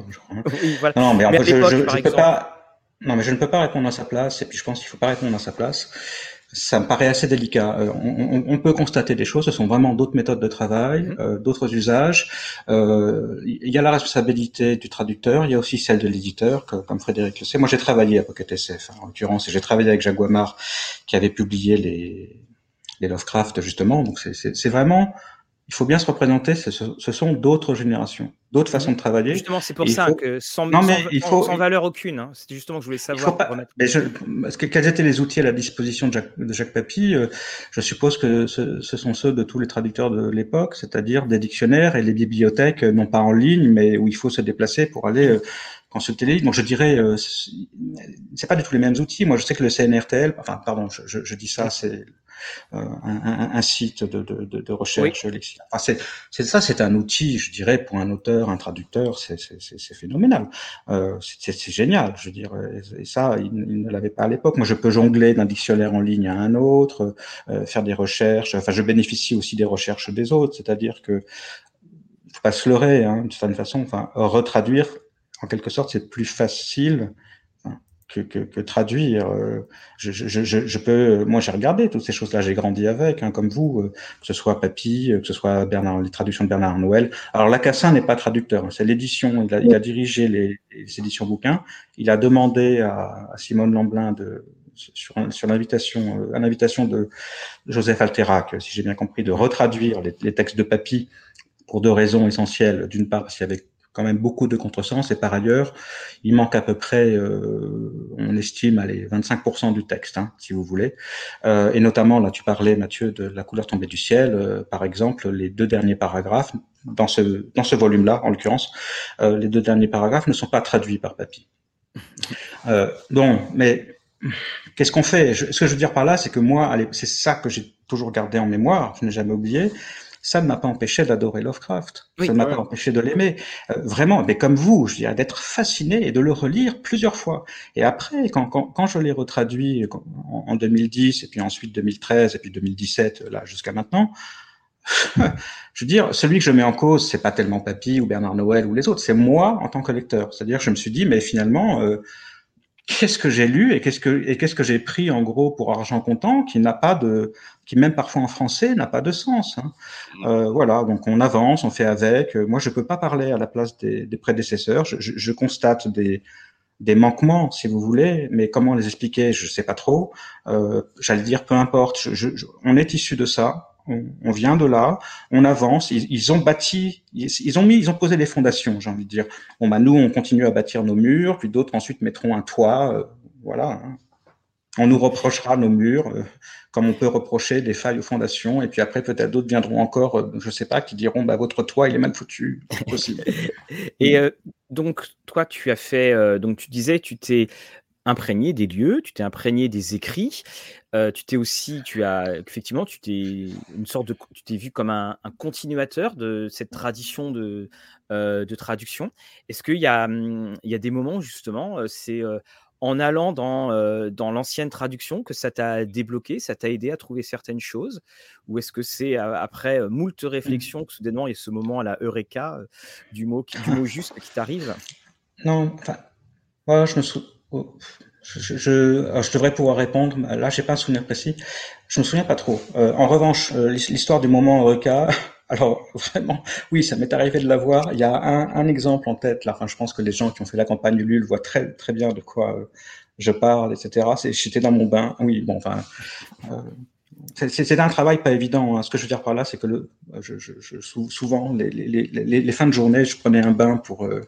Oui, voilà. Non, mais, mais je, je, je peux pas. Non, mais je ne peux pas répondre à sa place. Et puis je pense qu'il ne faut pas répondre à sa place. Ça me paraît assez délicat. Euh, on, on, on peut constater des choses. Ce sont vraiment d'autres méthodes de travail, mm-hmm. euh, d'autres usages. Euh, il y a la responsabilité du traducteur. Il y a aussi celle de l'éditeur, que, comme Frédéric le sait. Moi, j'ai travaillé à Pocket S F, hein, en l'occurrence, et j'ai travaillé avec Jacques Guamard, qui avait publié les, les Lovecraft justement. Donc, c'est, c'est, c'est vraiment. Il faut bien se représenter. Ce, ce sont d'autres générations, d'autres mmh. façons de travailler. Justement, c'est pour ça faut... que sans, non, mais sans, il faut... sans valeur aucune. Hein. C'était justement que je voulais savoir. Il faut pas... mais je... Parce que quels étaient les outils à la disposition de Jacques, de Jacques Papy? Je suppose que ce, ce sont ceux de tous les traducteurs de l'époque, c'est-à-dire des dictionnaires et les bibliothèques, non pas en ligne, mais où il faut se déplacer pour aller euh, consulter les livres. Donc je dirais, euh, c'est pas du tout les mêmes outils. Moi, je sais que le C N R T L, enfin, pardon, je, je, je dis ça, c'est Euh, un, un, un site de, de, de, de recherche oui. lexical. Enfin, c'est, c'est ça, c'est un outil, je dirais, pour un auteur, un traducteur, c'est, c'est, c'est, c'est phénoménal. Euh, c'est, c'est génial, je veux dire. Et, et ça, il, il ne l'avait pas à l'époque. Moi, je peux jongler d'un dictionnaire en ligne à un autre, euh, faire des recherches. Enfin, je bénéficie aussi des recherches des autres, c'est-à-dire que il faut pas se leurrer, hein, de certaine façon. Enfin, retraduire, en quelque sorte, c'est plus facile. Que, que, que traduire. Je, je, je, je peux, moi j'ai regardé toutes ces choses-là, j'ai grandi avec, hein, comme vous, que ce soit Papy, que ce soit Bernard, les traductions de Bernard Noël. Alors Lacassin n'est pas traducteur, hein, c'est l'édition. Il a, il a dirigé les, les éditions bouquins. Il a demandé à, à Simone Lamblin de sur, sur l'invitation, euh, à l'invitation de Joseph Alterac, si j'ai bien compris, de retraduire les, les textes de Papy pour deux raisons essentielles. D'une part, parce qu'il y avait quand même beaucoup de contresens, et par ailleurs, il manque à peu près, euh, on estime, allez, vingt-cinq pour cent du texte, hein, si vous voulez. Euh, et notamment, là, tu parlais, Mathieu, de la couleur tombée du ciel. Euh, par exemple, les deux derniers paragraphes, dans ce, dans ce volume-là, en l'occurrence, euh, les deux derniers paragraphes ne sont pas traduits par Papy. Euh, donc, mais qu'est-ce qu'on fait? je, Ce que je veux dire par là, c'est que moi, allez, c'est ça que j'ai toujours gardé en mémoire, je n'ai jamais oublié. Ça ne m'a pas empêché d'adorer Lovecraft. Oui, ça ne m'a ouais. pas empêché de l'aimer. Euh, vraiment, mais comme vous, je dirais, d'être fasciné et de le relire plusieurs fois. Et après, quand, quand, quand je l'ai retraduit en, en deux mille dix, et puis ensuite deux mille treize, et puis deux mille dix-sept, là, jusqu'à maintenant, je veux dire, celui que je mets en cause, c'est pas tellement Papy ou Bernard Noël ou les autres, c'est moi en tant que lecteur. C'est-à-dire, je me suis dit, mais finalement, euh, qu'est-ce que j'ai lu et qu'est-ce que et qu'est-ce que j'ai pris en gros pour argent comptant qui n'a pas de qui même parfois en français n'a pas de sens, hein. Euh, voilà, donc on avance, on fait avec. Moi, je peux pas parler à la place des, des prédécesseurs. Je, je, je constate des des manquements, si vous voulez, mais comment les expliquer, je sais pas trop. Euh, j'allais dire, peu importe. Je, je, on est issu de ça. On, on vient de là, on avance. Ils, ils ont bâti, ils, ils ont mis, ils ont posé les fondations, j'ai envie de dire. Bon, bah nous, on continue à bâtir nos murs, puis d'autres ensuite mettront un toit. Euh, voilà. Hein. On nous reprochera nos murs, euh, comme on peut reprocher des failles aux fondations. Et puis après, peut-être d'autres viendront encore, euh, je sais pas, qui diront, bah votre toit, il est mal foutu. C'est possible. Et euh, donc, toi, tu as fait, euh, donc tu disais, tu t'es imprégné des lieux, tu t'es imprégné des écrits, euh, tu t'es aussi, tu as, effectivement, tu t'es une sorte de, tu t'es vu comme un, un continuateur de cette tradition de, euh, de traduction. Est-ce qu'il y a, hum, il y a des moments où, justement, euh, c'est euh, en allant dans, euh, dans l'ancienne traduction que ça t'a débloqué, ça t'a aidé à trouver certaines choses? Ou est-ce que c'est euh, après euh, moult réflexions que soudainement il y a ce moment à la eureka euh, du mot, qui- du mot juste qui t'arrive? Non, enfin, ouais, je me sou... oh, je, je, je, alors, je devrais pouvoir répondre. Là, j'ai pas un souvenir précis. Je me souviens pas trop. Euh, en revanche, euh, l'his- l'histoire du moment Eureka, alors vraiment, oui, ça m'est arrivé de la voir. Il y a un, un exemple en tête là. Enfin, je pense que les gens qui ont fait la campagne Ulule voient très très bien de quoi euh, je parle, et cetera. C'est, j'étais dans mon bain. Oui, bon, enfin, euh, c'est, c'est c'est un travail pas évident. Hein. Ce que je veux dire par là, c'est que le, je, je, je, sou- souvent les, les, les, les, les fins de journée, je prenais un bain pour euh,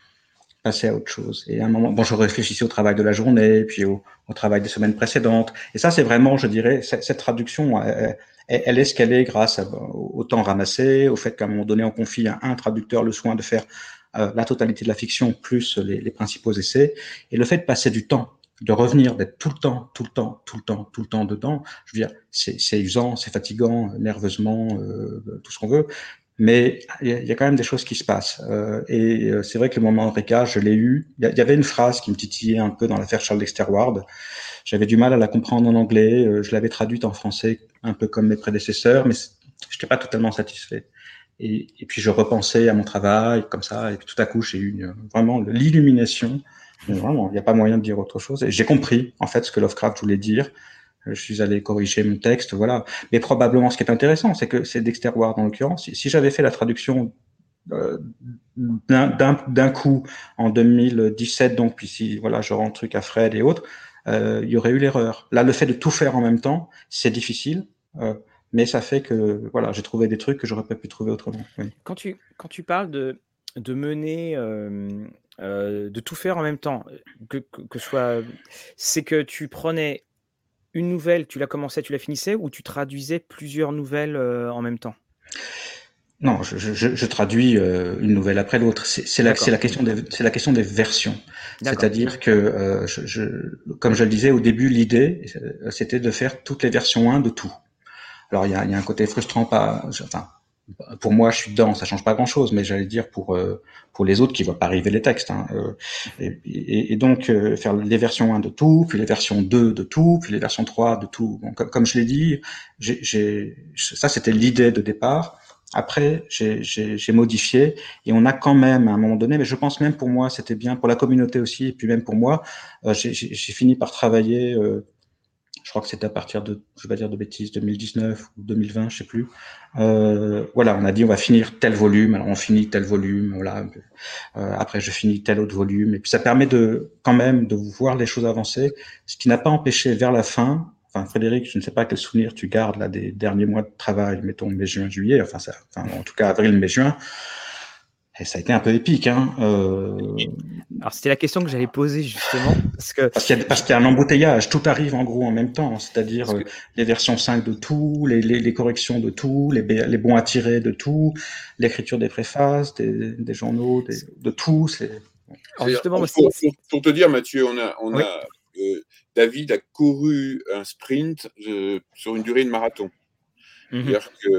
passer à autre chose. Et à un moment, bon, je réfléchissais au travail de la journée, puis au, au travail des semaines précédentes. Et ça, c'est vraiment, je dirais, cette, cette traduction, elle, elle est ce qu'elle est grâce à, au temps ramassé, au fait qu'à un moment donné, on confie à un traducteur le soin de faire euh, la totalité de la fiction plus les, les principaux essais. Et le fait de passer du temps, de revenir, d'être tout le temps, tout le temps, tout le temps, tout le temps dedans, je veux dire, c'est, c'est usant, c'est fatigant, nerveusement, euh, tout ce qu'on veut. Mais il y, a, il y a quand même des choses qui se passent. Euh, et euh, c'est vrai que le moment Eureka, je l'ai eu. Il y, a, il y avait une phrase qui me titillait un peu dans l'affaire Charles Dexter Ward. J'avais du mal à la comprendre en anglais. Euh, je l'avais traduite en français, un peu comme mes prédécesseurs, mais je n'étais pas totalement satisfait. Et, et puis je repensais à mon travail, comme ça, et puis tout à coup, j'ai eu une, vraiment l'illumination. Vraiment, il n'y a pas moyen de dire autre chose. Et j'ai compris, en fait, ce que Lovecraft voulait dire. Je suis allé corriger mon texte, voilà. Mais probablement, ce qui est intéressant, c'est que c'est Dexter Ward, en l'occurrence. Si, si j'avais fait la traduction euh, d'un, d'un, d'un coup en deux mille dix-sept, donc puis si voilà, je rends le truc à Fred et autres, euh, il y aurait eu l'erreur. Là, le fait de tout faire en même temps, c'est difficile, euh, mais ça fait que voilà, j'ai trouvé des trucs que j'aurais pas pu trouver autrement. Oui. Quand tu, quand tu parles de, de mener, euh, euh, de tout faire en même temps, que, que, que soit, c'est que tu prenais une nouvelle, tu la commençais, tu la finissais, ou tu traduisais plusieurs nouvelles euh, en même temps? Non, je, je, je traduis euh, une nouvelle après l'autre. C'est, c'est, la, c'est, D'accord, la question des, c'est la question des versions. d'accord. C'est-à-dire que, euh, je, je, comme je le disais au début, l'idée, euh, c'était de faire toutes les versions un de tout. Alors, il y a, il y a un côté frustrant, pas, enfin, pour moi, je suis dedans, ça change pas grand-chose, mais j'allais dire pour euh, pour les autres qui voient pas arriver les textes. Hein, euh, et, et, et donc, euh, faire les versions un de tout, puis les versions deux de tout, puis les versions trois de tout. Bon, comme, comme je l'ai dit, j'ai, j'ai, ça, c'était l'idée de départ. Après, j'ai, j'ai, j'ai modifié et on a quand même à un moment donné, mais je pense même pour moi, c'était bien pour la communauté aussi, et puis même pour moi, euh, j'ai, j'ai, j'ai fini par travailler euh, je crois que c'était à partir de, je vais pas dire de bêtises, deux mille dix-neuf ou deux mille vingt, je sais plus. Euh, voilà, on a dit on va finir tel volume, alors on finit tel volume, voilà. Euh, après, je finis tel autre volume, et puis ça permet de quand même de voir les choses avancer, ce qui n'a pas empêché vers la fin. Enfin, Frédéric, je ne sais pas quel souvenir tu gardes là des derniers mois de travail, mettons mai, juin, juillet, enfin, ça, enfin en tout cas avril, mai, juin. Et ça a été un peu épique, hein. Euh... Alors, c'était la question que j'allais poser justement, parce que parce qu'il y a, parce qu'il y a un embouteillage, tout arrive en gros en même temps, c'est-à-dire que... euh, les versions cinq de tout, les, les, les corrections de tout, les, les bons à tirer de tout, l'écriture des préfaces, des, des journaux, des, de tout. C'est... Alors justement, moi, pour, pour, pour te dire, Mathieu, on a, on oui. a euh, David a couru un sprint de, sur une durée de marathon. Mm-hmm. C'est-à-dire que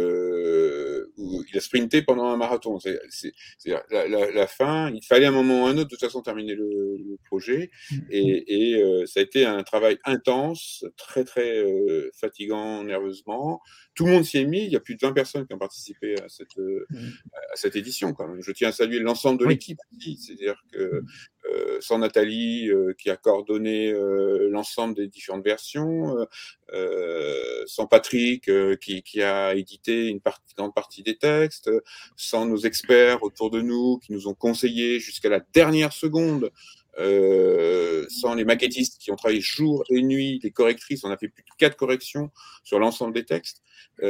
euh, il a sprinté pendant un marathon. C'est, c'est, c'est la, la, la fin. Il fallait à un moment ou à un autre de toute façon terminer le, le projet, et, et euh, ça a été un travail intense, très très euh, fatigant nerveusement. Tout le monde s'y est mis. Il y a plus de vingt personnes qui ont participé à cette euh, à cette édition. Quand même. Je tiens à saluer l'ensemble de oui. l'équipe. C'est-à-dire que euh, sans Nathalie euh, qui a coordonné euh, l'ensemble des différentes versions, euh, euh, sans Patrick euh, qui, qui a édité une partie, grande partie des textes, sans nos experts autour de nous qui nous ont conseillé jusqu'à la dernière seconde, euh, sans les maquettistes qui ont travaillé jour et nuit, les correctrices, on a fait plus de quatre corrections sur l'ensemble des textes.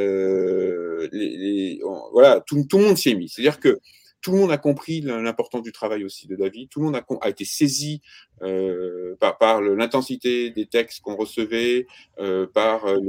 Euh, les, les, on, voilà, tout, tout le monde s'y est mis. C'est-à-dire que tout le monde a compris l'importance du travail aussi de David. Tout le monde a, a été saisi euh, par, par l'intensité des textes qu'on recevait, euh, par le,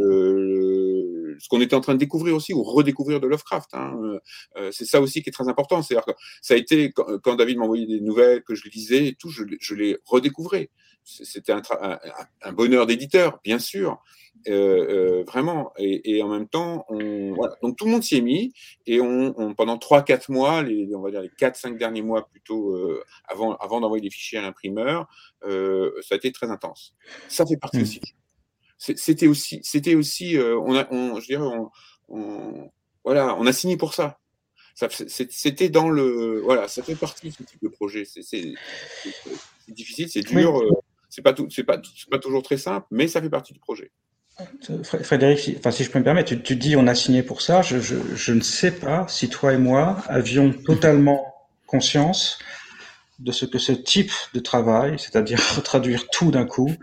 le, ce qu'on était en train de découvrir aussi ou redécouvrir de Lovecraft. Hein. Euh, c'est ça aussi qui est très important. C'est-à-dire que ça a été quand, quand David m'envoyait des nouvelles que je lisais et tout, je, je les redécouvrais. C'était un, un, un bonheur d'éditeur, bien sûr, euh, euh, vraiment. Et, et en même temps, on, voilà. Donc tout le monde s'y est mis et on, on pendant trois quatre mois, les, on va dire les quatre cinq derniers mois plutôt, euh, avant, avant d'envoyer des fichiers à l'imprimeur, euh, ça a été très intense. Ça fait partie mmh. aussi. C'était aussi, c'était aussi, euh, on a, on, je dirais, on, on, voilà, on a signé pour ça. Ça, c'était dans le, voilà, ça fait partie de ce type de projet. C'est difficile, c'est dur, oui. euh, c'est pas tout, c'est pas, c'est pas toujours très simple, mais ça fait partie du projet. Frédéric, si, enfin, si je peux me permettre, tu, tu dis on a signé pour ça. Je, je, je ne sais pas si toi et moi avions totalement conscience de ce que ce type de travail, c'est-à-dire retraduire tout d'un coup,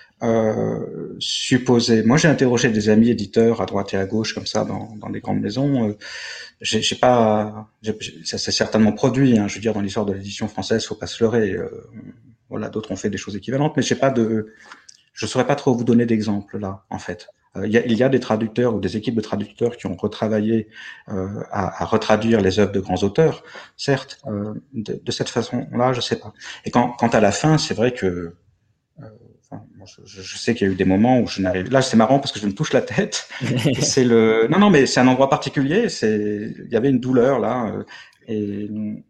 euh, supposait. Moi, j'ai interrogé des amis éditeurs à droite et à gauche comme ça dans, dans des grandes maisons. Euh, j'ai, j'ai pas, j'ai, ça s'est certainement produit. Hein, je veux dire, dans l'histoire de l'édition française, faut pas se leurrer. Euh, voilà, d'autres ont fait des choses équivalentes, mais j'ai pas de, je saurais pas trop vous donner d'exemples là, en fait. Euh, il, y a, il y a des traducteurs ou des équipes de traducteurs qui ont retravaillé euh, à, à retraduire les œuvres de grands auteurs, certes. Euh, de, de cette façon-là, je sais pas. Et quand, quant à la fin, c'est vrai que euh, Enfin, je, je sais qu'il y a eu des moments où je n'arrive. Là, c'est marrant parce que je me touche la tête. C'est le. Non, non, mais c'est un endroit particulier. C'est. Il y avait une douleur là. Et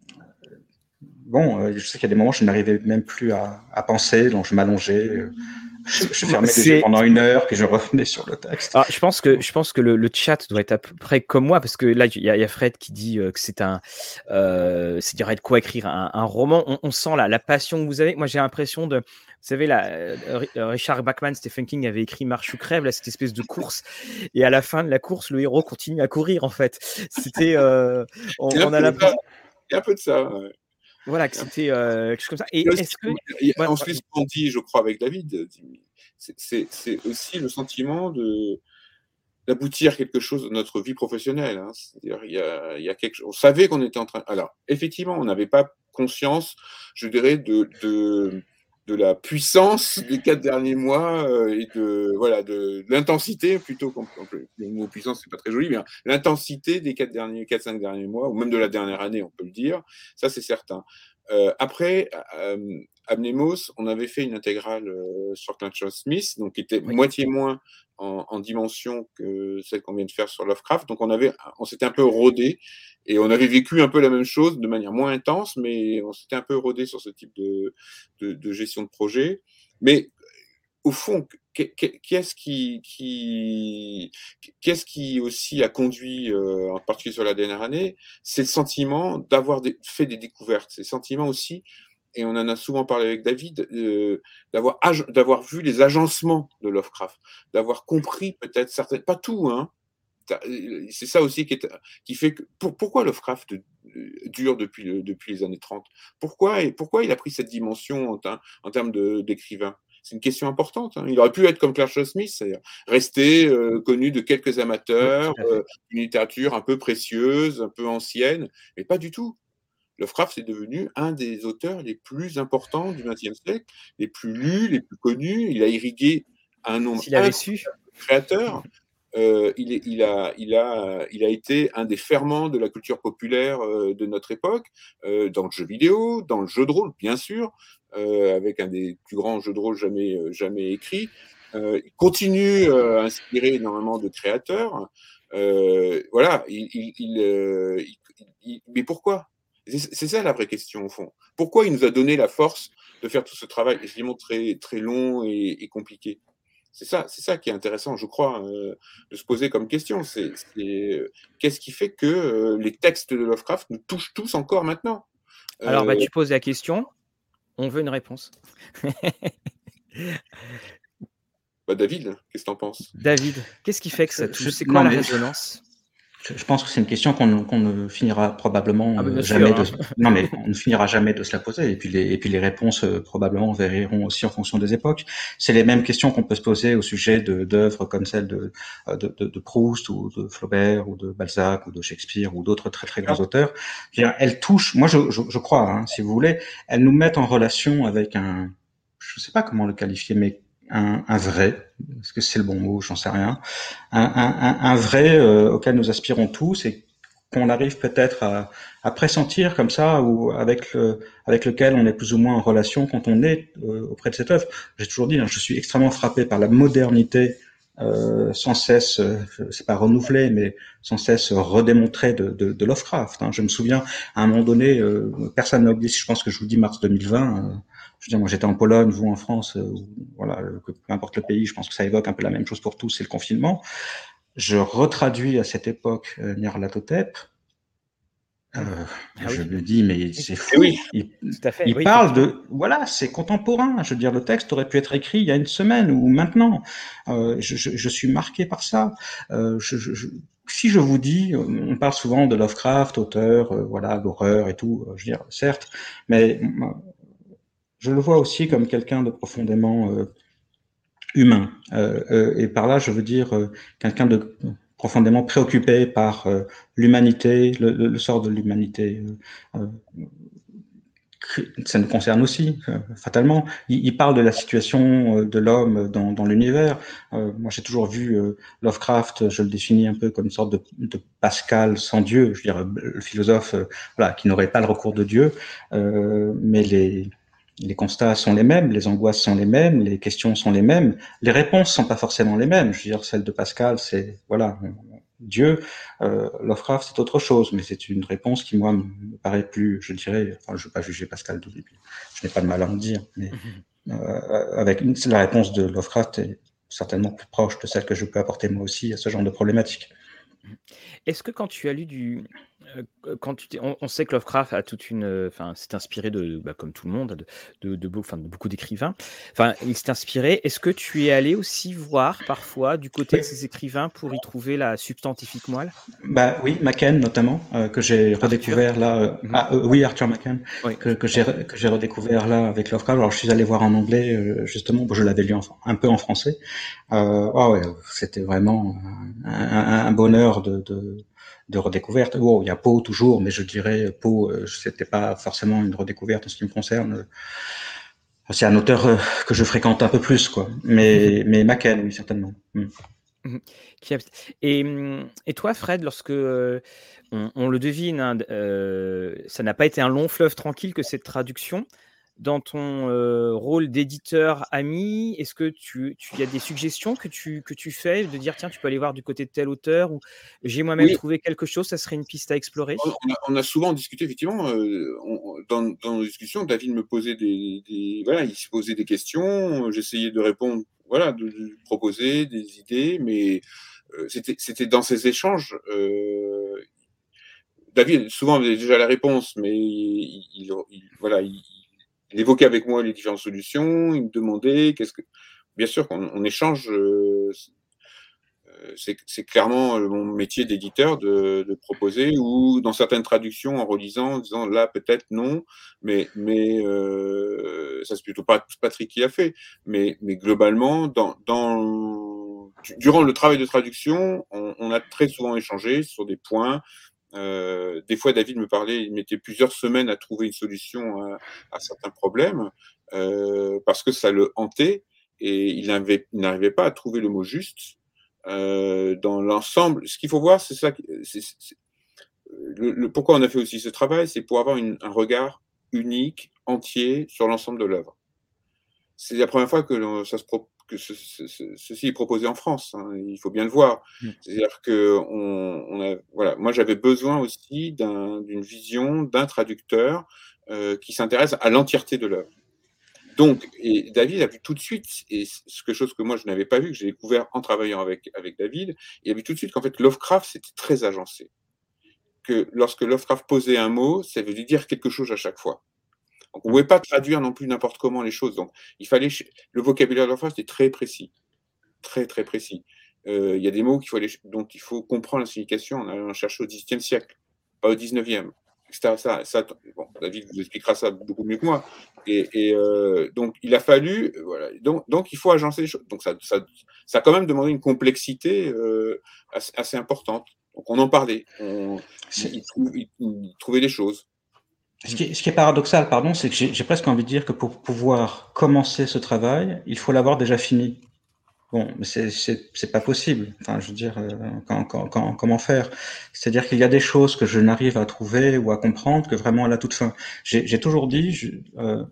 bon, je sais qu'il y a des moments où je n'arrivais même plus à, à penser, donc je m'allongeais. Je, je fermais les yeux pendant une heure, puis je revenais sur le texte. Alors, je pense que je pense que le, le chat doit être à peu près comme moi, parce que là, il y, y a Fred qui dit euh, que c'est un, euh, c'est de quoi écrire un, un roman. On, on sent là la passion que vous avez. Moi, j'ai l'impression de, vous savez, là, euh, Richard Bachman, Stephen King avait écrit Marche ou crève, là, cette espèce de course, et à la fin de la course, le héros continue à courir. En fait, c'était, euh, on, on a l'impression. Il y a un peu de ça. Ouais. Voilà, que c'était euh, quelque chose comme ça. Et est-ce que il y a, ensuite, ce qu'on dit, je crois, avec David, c'est aussi le sentiment de d'aboutir quelque chose de notre vie professionnelle. Hein. C'est-à-dire, il y a, il y a quelque chose. On savait qu'on était en train. Alors, effectivement, on n'avait pas conscience, je dirais, de, de de la puissance des quatre derniers mois euh, et de voilà de, de l'intensité plutôt. Le mot puissance, c'est pas très joli, mais l'intensité des quatre derniers, quatre cinq derniers mois, ou même de la dernière année, on peut le dire. Ça, c'est certain. Euh, après, euh, Abnemos, on avait fait une intégrale euh, sur Clinton Smith, donc qui était oui. moitié moins en, en dimension que celle qu'on vient de faire sur Lovecraft. Donc on avait, on s'était un peu rodé et on avait vécu un peu la même chose de manière moins intense, mais on s'était un peu rodé sur ce type de, de, de gestion de projet. Mais au fond, qu'est-ce qui, qui, qu'est-ce qui aussi a conduit, euh, en particulier sur la dernière année, c'est le sentiment d'avoir fait des découvertes, c'est le sentiment aussi et on en a souvent parlé avec David, euh, d'avoir, d'avoir vu les agencements de Lovecraft, d'avoir compris peut-être certaines, pas tout, hein. C'est ça aussi qui, est, qui fait que pour, pourquoi Lovecraft dure depuis, le, depuis les années trente. Pourquoi, et pourquoi il a pris cette dimension en, en termes de, d'écrivain. C'est une question importante. Hein. Il aurait pu être comme Clarence Smith, c'est-à-dire rester euh, connu de quelques amateurs, oui, euh, une littérature un peu précieuse, un peu ancienne, mais pas du tout. Lovecraft est devenu un des auteurs les plus importants du vingtième siècle, les plus lus, les plus connus. Il a irrigué un nombre s'il avait incroyable su. de créateurs. Euh, il, est, il, a, il, a, il a été un des ferments de la culture populaire euh, de notre époque, euh, dans le jeu vidéo, dans le jeu de rôle, bien sûr, euh, avec un des plus grands jeux de rôle jamais, jamais écrits. Euh, il continue euh, à inspirer énormément de créateurs. Euh, voilà, il, il, il, euh, il, il, mais pourquoi? C'est ça la vraie question, au fond. Pourquoi il nous a donné la force de faire tout ce travail, évidemment très, très long et, et compliqué? C'est ça, c'est ça qui est intéressant, je crois, euh, de se poser comme question. C'est euh, qu'est-ce qui fait que euh, les textes de Lovecraft nous touchent tous encore maintenant? Alors, bah, euh, tu poses la question, on veut une réponse. bah David, qu'est-ce que tu en penses? David, qu'est-ce qui fait que ça touche? C'est quoi non, la mais... résonance? Je pense que c'est une question qu'on qu'on ne finira probablement ah ben euh, bien jamais sûr, de. hein. Non, mais on ne finira jamais de se la poser. Et puis les, et puis les réponses euh, probablement varieront aussi en fonction des époques. C'est les mêmes questions qu'on peut se poser au sujet de d'œuvres comme celle de, de, de, de Proust ou de Flaubert ou de Balzac ou de Shakespeare ou d'autres très très grands auteurs. Je veux dire, elles touchent. Moi, je, je, je crois, hein, si vous voulez, elles nous mettent en relation avec un. Je ne sais pas comment le qualifier, mais un, un vrai. Est-ce que c'est le bon mot? J'en sais rien. Un, un, un vrai euh, auquel nous aspirons tous et qu'on arrive peut-être à, à pressentir comme ça, ou avec le, avec lequel on est plus ou moins en relation quand on est euh, auprès de cette œuvre. J'ai toujours dit, hein, je suis extrêmement frappé par la modernité euh, sans cesse, euh, c'est pas renouvelée, mais sans cesse redémontrée de, de, de Lovecraft. Hein. Je me souviens, à un moment donné, euh, personne n'a oublié, je pense que je vous dis mars deux mille vingt, euh, je veux dire, moi j'étais en Pologne, vous en France, euh, voilà, peu importe le pays, je pense que ça évoque un peu la même chose pour tous, c'est le confinement. Je retraduis à cette époque euh, Nyarlathotep. Euh, Ah je oui, me dis, mais oui, c'est Et oui, fou. Il, tout à fait, il oui, parle effectivement. de, voilà, c'est contemporain. Je veux dire, le texte aurait pu être écrit il y a une semaine ou maintenant. Euh, je, je, je suis marqué par ça. Euh, je, je, je, si je vous dis, on parle souvent de Lovecraft, auteur, euh, voilà, d'horreur et tout. Je veux dire, certes, mais je le vois aussi comme quelqu'un de profondément euh, humain. Euh, euh, et par là, je veux dire euh, quelqu'un de profondément préoccupé par euh, l'humanité, le, le, le, sort de l'humanité. Euh, euh, ça nous concerne aussi, euh, fatalement. Il, il, parle de la situation de l'homme dans, dans l'univers. Euh, moi, j'ai toujours vu euh, Lovecraft, je le définis un peu comme une sorte de, de Pascal sans Dieu, je veux dire, le philosophe euh, voilà, qui n'aurait pas le recours de Dieu, euh, mais les les constats sont les mêmes, les angoisses sont les mêmes, les questions sont les mêmes, les réponses sont pas forcément les mêmes. Je veux dire, celle de Pascal, c'est voilà, Dieu. Euh, Lovecraft, c'est autre chose, mais c'est une réponse qui moi me paraît plus, je dirais, enfin, je ne veux pas juger Pascal de début, je n'ai pas de mal à en dire, mais euh, avec une, la réponse de Lovecraft est certainement plus proche de celle que je peux apporter moi aussi à ce genre de problématique. Est-ce que quand tu as lu du, euh, quand tu on, on sait que Lovecraft a toute une, enfin, s'est inspiré de, bah, comme tout le monde, de, de, de, enfin, de beaucoup d'écrivains. Enfin, il s'est inspiré. Est-ce que tu es allé aussi voir parfois du côté de ces écrivains pour y trouver la substantifique moelle? Bah oui, Machen notamment, euh, que j'ai Arthur. redécouvert là. Euh, Mm-hmm. ah, euh, oui, Arthur Machen, oui, que, que j'ai que j'ai redécouvert là avec Lovecraft. Alors je suis allé voir en anglais euh, justement, bon, je l'avais lu en, un peu en français. Euh, oh ouais, c'était vraiment un, un, un bonheur de, de de redécouverte. Oh, il y a Poe toujours, mais je dirais Poe, euh, c'était pas forcément une redécouverte en ce qui me concerne. C'est un auteur euh, que je fréquente un peu plus, quoi. Mais mais Machen, oui, certainement. Mm. Et, et toi, Fred, lorsque euh, on, on le devine, hein, euh, ça n'a pas été un long fleuve tranquille que cette traduction. Dans ton euh, rôle d'éditeur ami, est-ce que tu, tu y a des suggestions que tu, que tu fais de dire tiens, tu peux aller voir du côté de tel auteur ou j'ai moi-même oui. trouvé quelque chose, ça serait une piste à explorer? On a, on a souvent discuté, effectivement, euh, on, dans, dans nos discussions, David me posait des, des voilà, il se posait des questions, j'essayais de répondre, voilà, de, de proposer des idées, mais euh, c'était, c'était dans ces échanges. Euh, David souvent avait déjà la réponse, mais il, il, il voilà, il, il évoquait avec moi les différentes solutions, il me demandait qu'est-ce que bien sûr qu'on on échange, heu, c'est c'est clairement mon métier d'éditeur de de proposer ou dans certaines traductions en relisant, en disant: «Là, peut-être non», mais mais heu, ça c'est plutôt Pat Patrick qui a fait. Mais mais globalement, dans dans durant le travail de traduction, on on a très souvent échangé sur des points. Heu, des fois, David me parlait, il mettait plusieurs semaines à trouver une solution à à certains problèmes, heu, parce que ça le hantait et il n'avait il n'arrivait pas à trouver le mot juste. Heu, dans l'ensemble, ce qu'il faut voir, c'est ça, c'est c'est le le pourquoi on a fait aussi ce travail, c'est pour avoir une un regard unique, entier sur l'ensemble de l'œuvre. C'est la première fois que l'on ça se pro que ce ce ce ceci est proposé en France, hein, il faut bien le voir. Mmh. C'est-à-dire qu'on on a voilà, moi j'avais besoin aussi d'un d'une vision d'un traducteur, heu, qui s'intéresse à l'entièreté de l'œuvre. Donc et David a vu tout de suite et c quelque chose que moi je n'avais pas vu, que j'ai découvert en travaillant avec avec David, il a vu tout de suite qu'en fait Lovecraft c'était très agencé. Que lorsque Lovecraft posait un mot, ça veut dire quelque chose à chaque fois. Donc on Mmh. pouvait pas traduire non plus n'importe comment les choses, donc il fallait ch le vocabulaire de Lovecraft était très précis, très, très précis. Heu, il y a des mots qu'il faut aller ch dont il faut comprendre la signification en allant chercher au dix-septième siècle, pas au dix-neuvième. Et cetera, ça ça bon, David vous expliquera ça beaucoup mieux que moi et et heu, donc il a fallu, voilà, donc donc il faut agencer les choses. Donc ça ça ça a quand même demandé une complexité, heu, assez assez importante. Donc on en parlait, on il C'est il trou il il trouvait des choses. ce qui est ce qui est paradoxal, pardon, c'est que j'ai j'ai presque envie de dire que pour pouvoir commencer ce travail, il faut l'avoir déjà fini. Bon, mais c'est c'est c'est pas possible. Enfin, je veux dire, heu, quand quand quand comment faire? C'est-à-dire qu'il y a des choses que je n'arrive à trouver ou à comprendre que vraiment à la toute fin. J'ai j'ai toujours dit, je heu,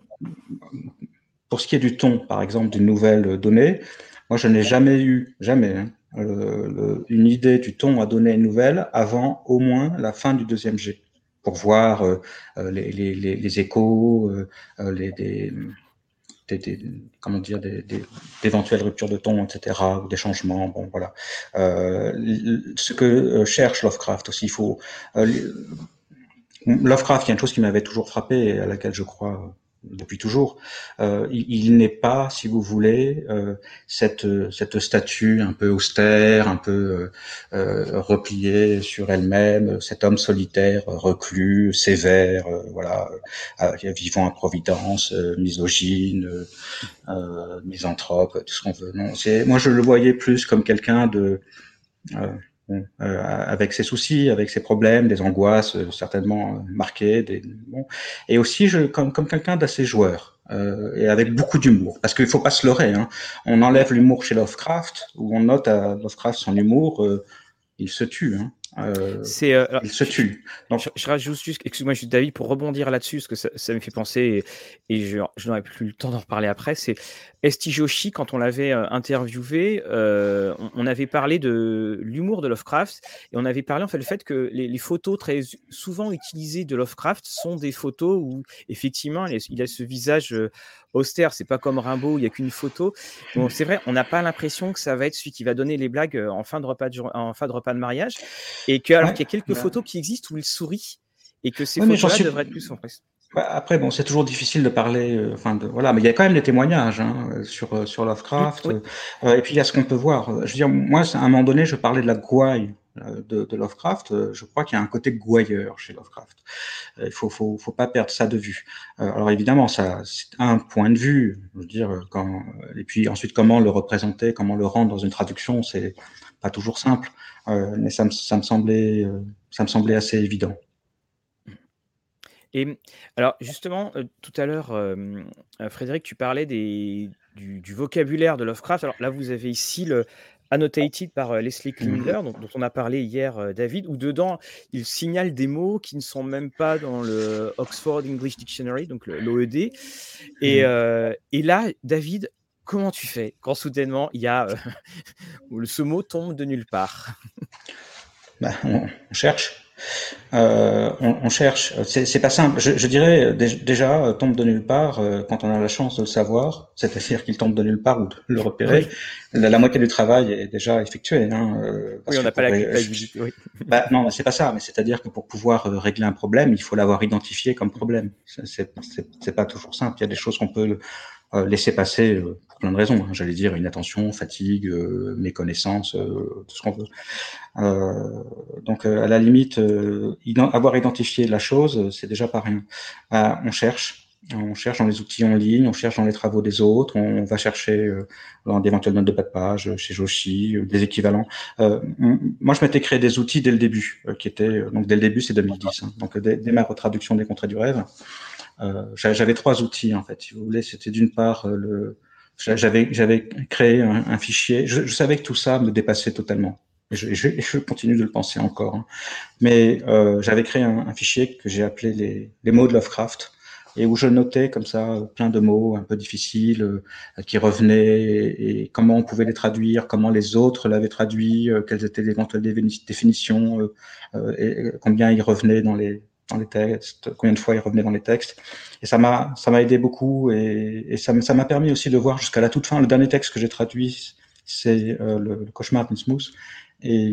pour ce qui est du ton, par exemple, d'une nouvelle donnée, moi je n'ai jamais eu, jamais, hein, le le une idée du ton à donner à une nouvelle avant au moins la fin du deuxième jet, pour voir, heu heu, les les les les échos, heu heu, les des des, des comment dire des, des d'éventuelles ruptures de ton, et cetera, ou des changements. Bon, voilà. Euh, ce que cherche Lovecraft aussi, il faut euh, Lovecraft, il y a une chose qui m'avait toujours frappé et à laquelle je crois depuis toujours. Euh, il, il n'est pas, si vous voulez, euh, cette cette statue un peu austère, un peu euh, repliée sur elle-même, cet homme solitaire, reclus, sévère, euh, voilà, euh, vivant à Providence, euh, misogyne, euh, misanthrope, tout ce qu'on veut. Non, c'est moi je le voyais plus comme quelqu'un de euh, bon, euh, avec ses soucis, avec ses problèmes, des angoisses euh, certainement euh, marquées, des, bon, et aussi je, comme, comme quelqu'un d'assez joueur euh, et avec beaucoup d'humour. Parce qu'il faut pas se leurrer, hein. On enlève l'humour chez Lovecraft, où on note à Lovecraft son humour, euh, il se tue. Hein. Euh, C'est, euh, alors, il se je, je- tue. Donc, je- je rajoute juste, excuse-moi, juste David, pour rebondir là-dessus, parce que ça, ça me fait penser, et, et je, je n'aurai plus le temps d'en reparler après, c'est Esti Joshi, quand on l'avait euh, interviewé, euh, on, on avait parlé de l'humour de Lovecraft, et on avait parlé en fait le fait que les, les photos très souvent utilisées de Lovecraft sont des photos où effectivement il a, il a ce visage euh, austère, c'est pas comme Rimbaud, où il n'y a qu'une photo. Bon, c'est vrai, on n'a pas l'impression que ça va être celui qui va donner les blagues euh, en fin de repas de, jour- en fin de, repas de mariage. Et que, alors ouais, qu'il y a quelques ouais, photos qui existent où il sourit et que ces ouais, mais j'en photos-là suis. devraient être plus en presse. Bah, après, bon, c'est toujours difficile de parler, euh, enfin, de, voilà, mais il y a quand même des témoignages hein, euh, sur euh, sur Mmh, Lovecraft, oui. euh, et puis il y a ce qu'on peut voir. Je veux dire, moi, à un moment donné, je parlais de la gouaille euh, de, de Lovecraft. Euh, Je crois qu'il y a un côté gouailleur chez Lovecraft. Euh, Il faut faut faut pas perdre ça de vue. Euh, alors évidemment, ça, c'est un point de vue. Je veux dire, quand et puis ensuite comment le représenter, comment le rendre dans une traduction, c'est pas toujours simple. Euh, mais ça me ça me semblait euh, ça me semblait assez évident. Et alors justement, euh, tout à l'heure, euh, euh, Frédéric, tu parlais des, du, du vocabulaire de Lovecraft. Alors là, vous avez ici le Annotated par euh, Leslie Klinger, dont, dont on a parlé hier, euh, David, où dedans, il signale des mots qui ne sont même pas dans le Oxford English Dictionary, donc l'O E D. Et, Mm. euh, et là, David, comment tu fais quand soudainement, il y a euh, ce mot tombe de nulle part? Bah, on, on cherche. Euh, on, on cherche. C'est, c'est pas simple. Je, je dirais dé- déjà tombe de nulle part euh, quand on a la chance de le savoir, c'est-à-dire qu'il tombe de nulle part ou de le repérer. Oui, La, la moitié du travail est déjà effectué, hein, euh, oui, parce on que n'a pas pour la ré- culpabilité. Oui. bah, non, c'est pas ça, mais c'est-à-dire que pour pouvoir euh, régler un problème, il faut l'avoir identifié comme problème. C'est, c'est, c'est, c'est pas toujours simple. Il y a des choses qu'on peut euh, laisser passer euh, pour plein de raisons. Hein. J'allais dire inattention, fatigue, euh, méconnaissance, euh, tout ce qu'on veut. Euh, donc, euh, à la limite, euh, ident- avoir identifié la chose, euh, c'est déjà pas rien. Euh, on cherche. On cherche dans les outils en ligne, on cherche dans les travaux des autres, on va chercher euh, dans d'éventuelles notes de bas de page, euh, chez Joshi, euh, des équivalents. Euh, on- moi, je m'étais créé des outils dès le début, euh, qui étaient euh, donc dès le début, c'est deux mille dix. Hein, donc dès, dès ma retraduction des contrats du rêve, euh, j'a- j'avais trois outils en fait. Si vous voulez, c'était d'une part euh, le, j'a- j'avais j'avais créé un, un fichier. Je, je savais que tout ça me dépassait totalement. Et je, je, je continue de le penser encore. Hein. Mais euh, j'avais créé un, un fichier que j'ai appelé les, les mots de Lovecraft et où je notais comme ça plein de mots un peu difficiles euh, qui revenaient et, et comment on pouvait les traduire, comment les autres l'avaient traduit, euh, quelles étaient les éventuelles définitions, euh, euh, et combien ils revenaient dans les dans les textes, combien de fois ils revenaient dans les textes. Et ça m'a ça m'a aidé beaucoup et, et ça ça m'a permis aussi de voir jusqu'à la toute fin. Le dernier texte que j'ai traduit, c'est euh, le, le cauchemar d'Innsmouth. Et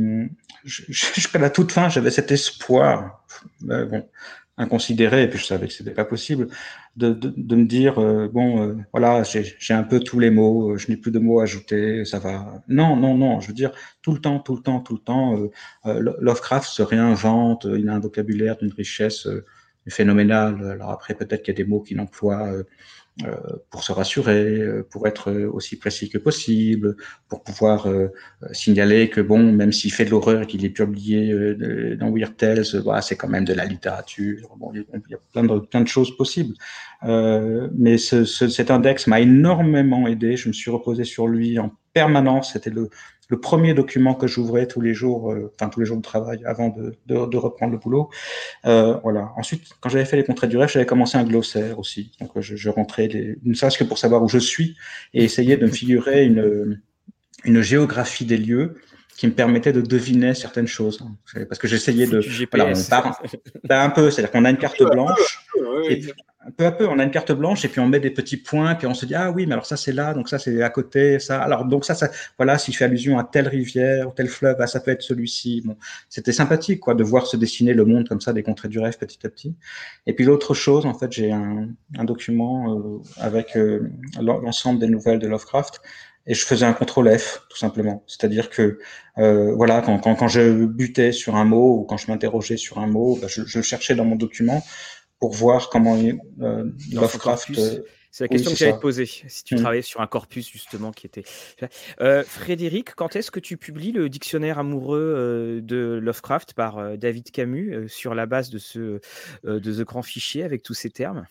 jusqu'à la toute fin, j'avais cet espoir, euh, bon, inconsidéré, et puis je savais que c'était pas possible, de, de, de me dire euh, bon, euh, voilà, j'ai, j'ai un peu tous les mots, euh, je n'ai plus de mots à ajouter, ça va. Non, non, non, je veux dire tout le temps, tout le temps, tout le temps. Euh, euh, Lovecraft se réinvente, euh, il a un vocabulaire d'une richesse euh, phénoménale. Alors après, peut-être qu'il y a des mots qu'il emploie. Euh, euh, pour se rassurer, euh, pour être aussi précis que possible, pour pouvoir euh, signaler que bon, même s'il fait de l'horreur et qu'il est publié euh, dans Weird Tales, euh, bah, c'est quand même de la littérature. Bon, il y a plein de, plein de choses possibles. Euh, mais ce, ce, cet index m'a énormément aidé. Je me suis reposé sur lui en permanence. C'était le, le premier document que j'ouvrais tous les jours, euh, enfin tous les jours de travail avant de, de, de reprendre le boulot. Euh, voilà. Ensuite, quand j'avais fait les contrats du rêve, j'avais commencé un glossaire aussi. Donc, je, je rentrais, les, ne serait-ce que pour savoir où je suis et essayer de me figurer une, une géographie des lieux qui me permettait de deviner certaines choses. Parce que j'essayais de, Foutu voilà, on G P S. part ben, un peu, c'est-à-dire qu'on a une carte blanche et puis peu à peu, on a une carte blanche et puis on met des petits points, puis on se dit ah oui, mais alors ça c'est là, donc ça c'est à côté, ça. Alors donc ça, ça voilà, s'il fait allusion à telle rivière, tel fleuve, ah, ça peut être celui-ci. Bon, c'était sympathique quoi de voir se dessiner le monde comme ça, des contrées du rêve petit à petit. Et puis l'autre chose, en fait, j'ai un, un document euh, avec euh, l'ensemble des nouvelles de Lovecraft. Et je faisais un contrôle F, tout simplement. C'est-à-dire que, euh, voilà, quand, quand, quand je butais sur un mot ou quand je m'interrogeais sur un mot, ben je, je le cherchais dans mon document pour voir comment euh, Dans son Lovecraft. corpus. Euh, C'est la oui, question c'est que j'allais te ça. poser, si tu Mmh. travaillais sur un corpus justement qui était. Euh, Frédéric, quand est-ce que tu publies le dictionnaire amoureux euh, de Lovecraft par euh, David Camus euh, sur la base de ce euh, de ce grand fichier avec tous ces termes?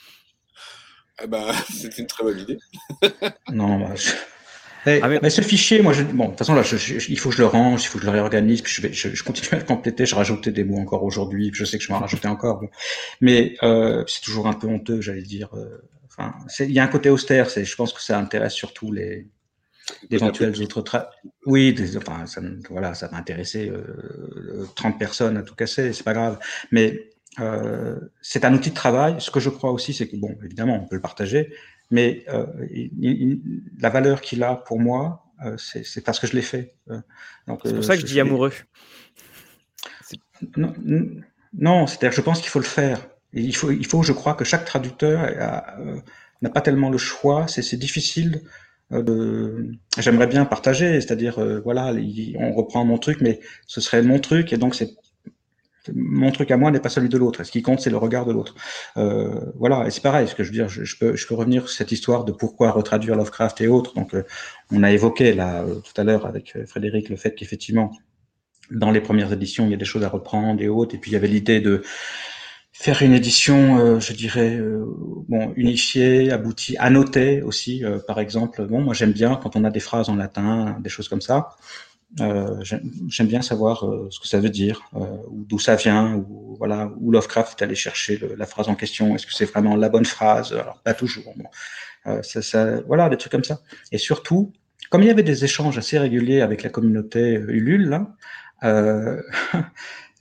Ah ben, c'est une très bonne idée. Non, bah, je... mais, Ah mais mais ce fichier, moi, je, bon, de toute façon là, je, je, il faut que je le range, il faut que je le réorganise, puis je vais, je, je continue à le compléter, je rajoutais des mots encore aujourd'hui, puis je sais que je vais en rajouter encore, bon. Mais euh, c'est toujours un peu honteux, j'allais dire. Euh, enfin, il y a un côté austère, c'est, je pense que ça intéresse surtout les d'éventuels autres tra... Oui, des, enfin, ça, voilà, ça va intéresser euh, trente personnes à tout casser, c'est pas grave. Mais euh, c'est un outil de travail. Ce que je crois aussi, c'est que, bon, évidemment, on peut le partager, mais euh, il, il, la valeur qu'il a pour moi, euh, c'est, c'est parce que je l'ai fait. Euh, donc, c'est pour euh, ça que je je, dis je amoureux. non, non, c'est-à-dire que je pense qu'il faut le faire. Et il faut, il faut, je crois, que chaque traducteur a, euh, n'a pas tellement le choix. C'est, c'est difficile euh, de. J'aimerais bien partager, c'est-à-dire, euh, voilà, il, on reprend mon truc, mais ce serait mon truc, et donc c'est mon truc à moi n'est pas celui de l'autre. Et ce qui compte, c'est le regard de l'autre. Euh, voilà, et c'est pareil. Ce que je veux dire, je, je peux, je peux revenir sur cette histoire de pourquoi retraduire Lovecraft et autres. Donc, euh, on a évoqué là euh, tout à l'heure avec Frédéric le fait qu'effectivement dans les premières éditions, il y a des choses à reprendre et autres. Et puis il y avait l'idée de faire une édition, euh, je dirais, euh, bon, unifiée, aboutie, annotée aussi. Euh, par exemple, bon, moi j'aime bien quand on a des phrases en latin, des choses comme ça. Euh, j'aime, j'aime bien savoir euh, ce que ça veut dire, euh, ou d'où ça vient, ou voilà, où Lovecraft est allé chercher le, la phrase en question. Est-ce que c'est vraiment la bonne phrase? Alors pas toujours. Bon, euh, ça, ça, voilà, des trucs comme ça. Et surtout, comme il y avait des échanges assez réguliers avec la communauté Ulule, là, euh,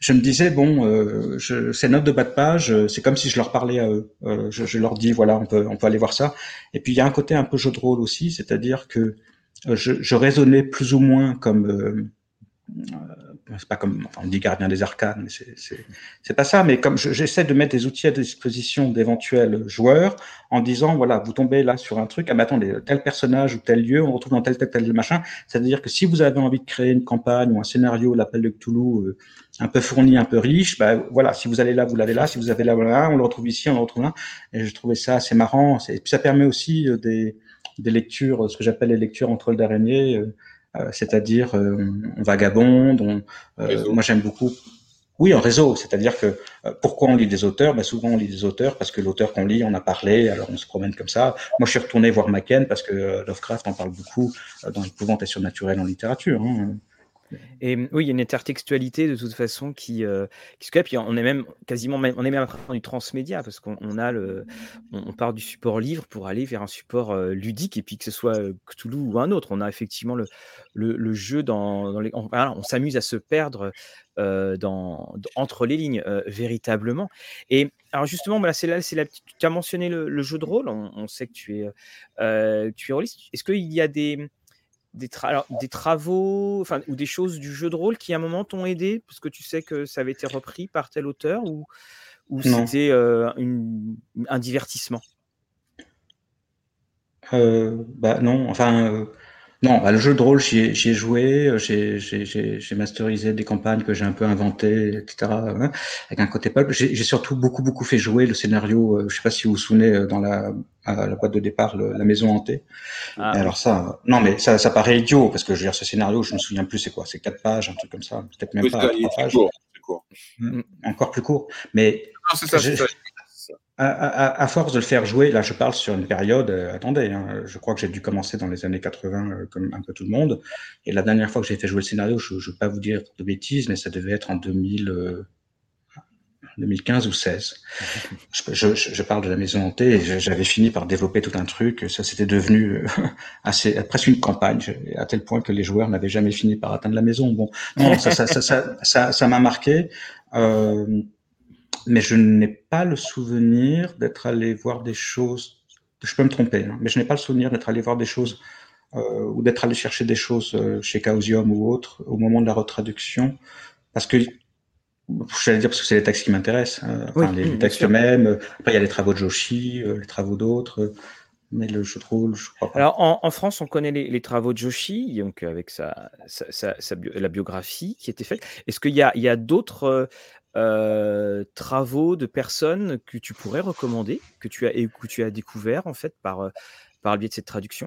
je me disais bon, euh, je, ces notes de bas de page, euh, c'est comme si je leur parlais à eux. Euh, je, je leur dis voilà, on peut, on peut aller voir ça. Et puis il y a un côté un peu jeu de rôle aussi, c'est-à-dire que euh, je, je raisonnais plus ou moins comme euh, euh, c'est pas comme enfin, on dit gardien des arcanes, mais c'est c'est c'est pas ça. Mais comme je, j'essaie de mettre des outils à disposition d'éventuels joueurs en disant voilà, vous tombez là sur un truc, ah mais attendez, tel personnage ou tel lieu, on le retrouve dans tel tel tel machin. C'est-à-dire que si vous avez envie de créer une campagne ou un scénario, l'appel de Cthulhu, euh, un peu fourni, un peu riche, bah voilà, si vous allez là, vous l'avez là, si vous avez là, voilà, on le retrouve ici, on le retrouve là. Et je trouvais ça assez marrant. Et puis ça permet aussi euh, des des lectures, ce que j'appelle les lectures en toile d'araignée. Euh, euh, c'est-à-dire euh, on, on vagabonde, on, euh, moi j'aime beaucoup. Oui, en réseau, c'est-à-dire que euh, pourquoi on lit des auteurs? Ben, souvent on lit des auteurs parce que l'auteur qu'on lit, on a parlé, alors on se promène comme ça. Moi, je suis retourné voir Machen parce que euh, Lovecraft en parle beaucoup euh, dans l'épouvante et surnaturel en littérature. Hein. Et oui, il y a une intertextualité de toute façon qui, euh, qui se crée. Puis on est même quasiment, même, on est même après du transmédia parce qu'on on a le, on, on part du support livre pour aller vers un support euh, ludique et puis que ce soit euh, Cthulhu ou un autre, on a effectivement le, le, le jeu dans, dans les, on, voilà, on s'amuse à se perdre euh, dans, dans- entre les lignes euh, véritablement. Et alors justement, voilà, c'est là, c'est la petite. Tu as mentionné le, le jeu de rôle. On, on sait que tu es, euh, tu es rôliste. Est-ce qu'il y a des des, tra- alors, des travaux enfin, ou des choses du jeu de rôle qui à un moment t'ont aidé parce que tu sais que ça avait été repris par tel auteur ou, ou Non. c'était euh, une, un divertissement? Euh, bah non, enfin euh, non, bah, le jeu de rôle j'y ai, j'y ai joué, euh, j'ai j'ai j'ai j'ai masterisé des campagnes que j'ai un peu inventées, et cetera. Hein, avec un côté pulp. J'ai j'ai surtout beaucoup beaucoup fait jouer le scénario. Euh, je sais pas si vous vous souvenez euh, dans la à la boîte de départ, le- la maison hantée. Ah Et alors oui. ça, non mais ça ça paraît idiot parce que je veux dire ce scénario, je me souviens plus c'est quoi, c'est quatre pages, un truc comme ça, peut-être même Oui, c'est pas ça, il est trois très pages, court. Très court. Hmm, Mm. encore plus court. Mais Non, c'est ça, je, c'est ça. c'est ça. à, à, à force de le faire jouer, là je parle sur une période, euh, attendez, hein, je crois que j'ai dû commencer dans les années quatre-vingts euh, comme un peu tout le monde, et la dernière fois que j'ai fait jouer le scénario, je ne veux pas vous dire de bêtises, mais ça devait être en deux mille, euh, deux mille quinze ou seize. Je, je, je parle de la maison hantée, et j'avais fini par développer tout un truc, ça c'était devenu euh, assez, presque une campagne, à tel point que les joueurs n'avaient jamais fini par atteindre la maison. Bon, non, ça ça ça ça ça, ça m'a marqué. Euh, mais je n'ai pas le souvenir d'être allé voir des choses. Je peux me tromper, hein, mais je n'ai pas le souvenir d'être allé voir des choses euh, ou d'être allé chercher des choses euh, chez Chaosium ou autre au moment de la retraduction, parce que j'allais dire parce que c'est les textes qui m'intéressent, euh, enfin Oui, les, mm, les bien textes sûr. eux-mêmes. euh, Après il y a les travaux de Joshi, euh, les travaux d'autres, euh, mais le jeu de rôle, je crois pas. Alors en, en France, on connaît les, les travaux de Joshi, donc avec sa, sa, sa- sa bio- la biographie qui était faite. Est-ce qu'il y a, il y a d'autres euh, euh, travaux de personnes que tu pourrais recommander, que tu as, et que tu as découvert en fait par, euh, par le biais de cette traduction?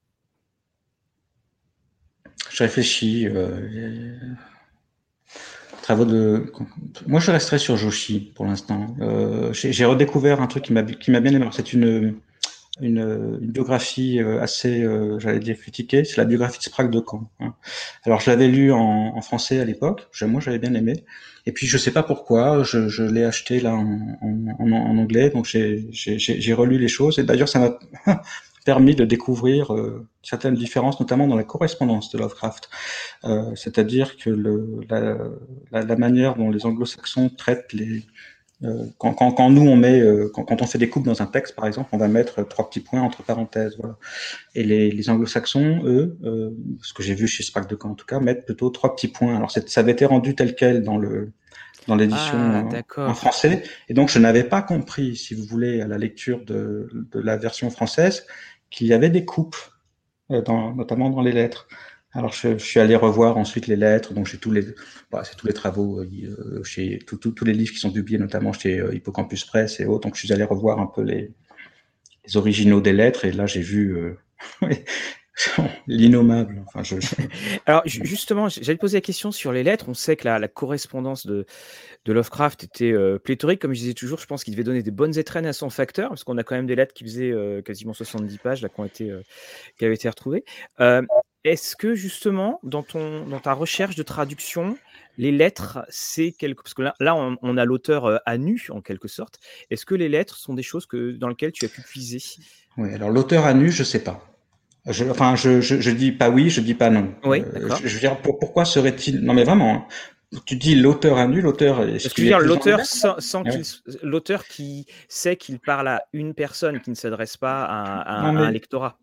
Je réfléchis. Euh, Travaux de. Moi, je resterai sur Joshi pour l'instant. Euh, j'ai j'ai redécouvert un truc qui m'a qui m'a bien aimé. C'est une, une une biographie euh, assez, euh, j'allais dire critiquée. C'est la biographie de Sprague de Caen. Hein. Alors, je l'avais lu en, en français à l'époque. J'ai- Moi, j'avais bien aimé. Et puis, je sais pas pourquoi, je, je l'ai acheté là en, en, en, en anglais. Donc, j'ai j'ai j'ai j'ai relu les choses. Et d'ailleurs, ça m'a permis de découvrir euh, certaines différences, notamment dans la correspondance de Lovecraft. Euh, c'est-à-dire que le, la, la, la manière dont les anglo-saxons traitent les... Euh, quand, quand, quand nous, on met, euh, quand, quand on fait des coupes dans un texte, par exemple, on va mettre trois petits points entre parenthèses. Voilà. Et les, les anglo-saxons, eux, euh, ce que j'ai vu chez Sprague de Camp en tout cas, mettent plutôt trois petits points. Alors ça avait été rendu tel quel dans le dans Ah, l'édition en, en d'accord. français, et donc je n'avais pas compris, si vous voulez, à la lecture de, de la version française, qu'il y avait des coupes, euh, dans, notamment dans les lettres. Alors je, je suis allé revoir ensuite les lettres, donc j'ai tous les, bah, c'est tous les travaux euh, chez tout, tout, tous les livres qui sont publiés, notamment chez euh, Hippocampus Press et autres. Donc je suis allé revoir un peu les, les originaux des lettres, et là j'ai vu euh, l'innommable. Enfin, je, je... Alors ju- justement, j- j'allais te poser la question sur les lettres. On sait que la, la correspondance de, de Lovecraft était euh, pléthorique. Comme je disais toujours, je pense qu'il devait donner des bonnes étrennes à son facteur, parce qu'on a quand même des lettres qui faisaient euh, quasiment soixante-dix pages, là, qui ont été, euh, qui avaient été retrouvées. Euh, Est-ce que justement, dans ton, dans ta recherche de traduction, les lettres, c'est quelque... Parce que là, là on, on a l'auteur euh, à nu, en quelque sorte. Est-ce que les lettres sont des choses que, dans lesquelles tu as pu puiser? Oui, alors l'auteur à nu, je sais pas. Je, enfin, je, je, je dis pas oui, je dis pas non. Oui, Euh, d'accord. je, je veux dire, pour, pourquoi serait-il... Non mais vraiment, hein. tu dis l'auteur à nu, l'auteur, est-ce Parce que je qu'il veux est dire, plus dans les l'auteur lettres? sans, sans Ah qu'il, oui. l'auteur qui sait qu'il parle à une personne, qui ne s'adresse pas à, à- Non, à un mais lectorat.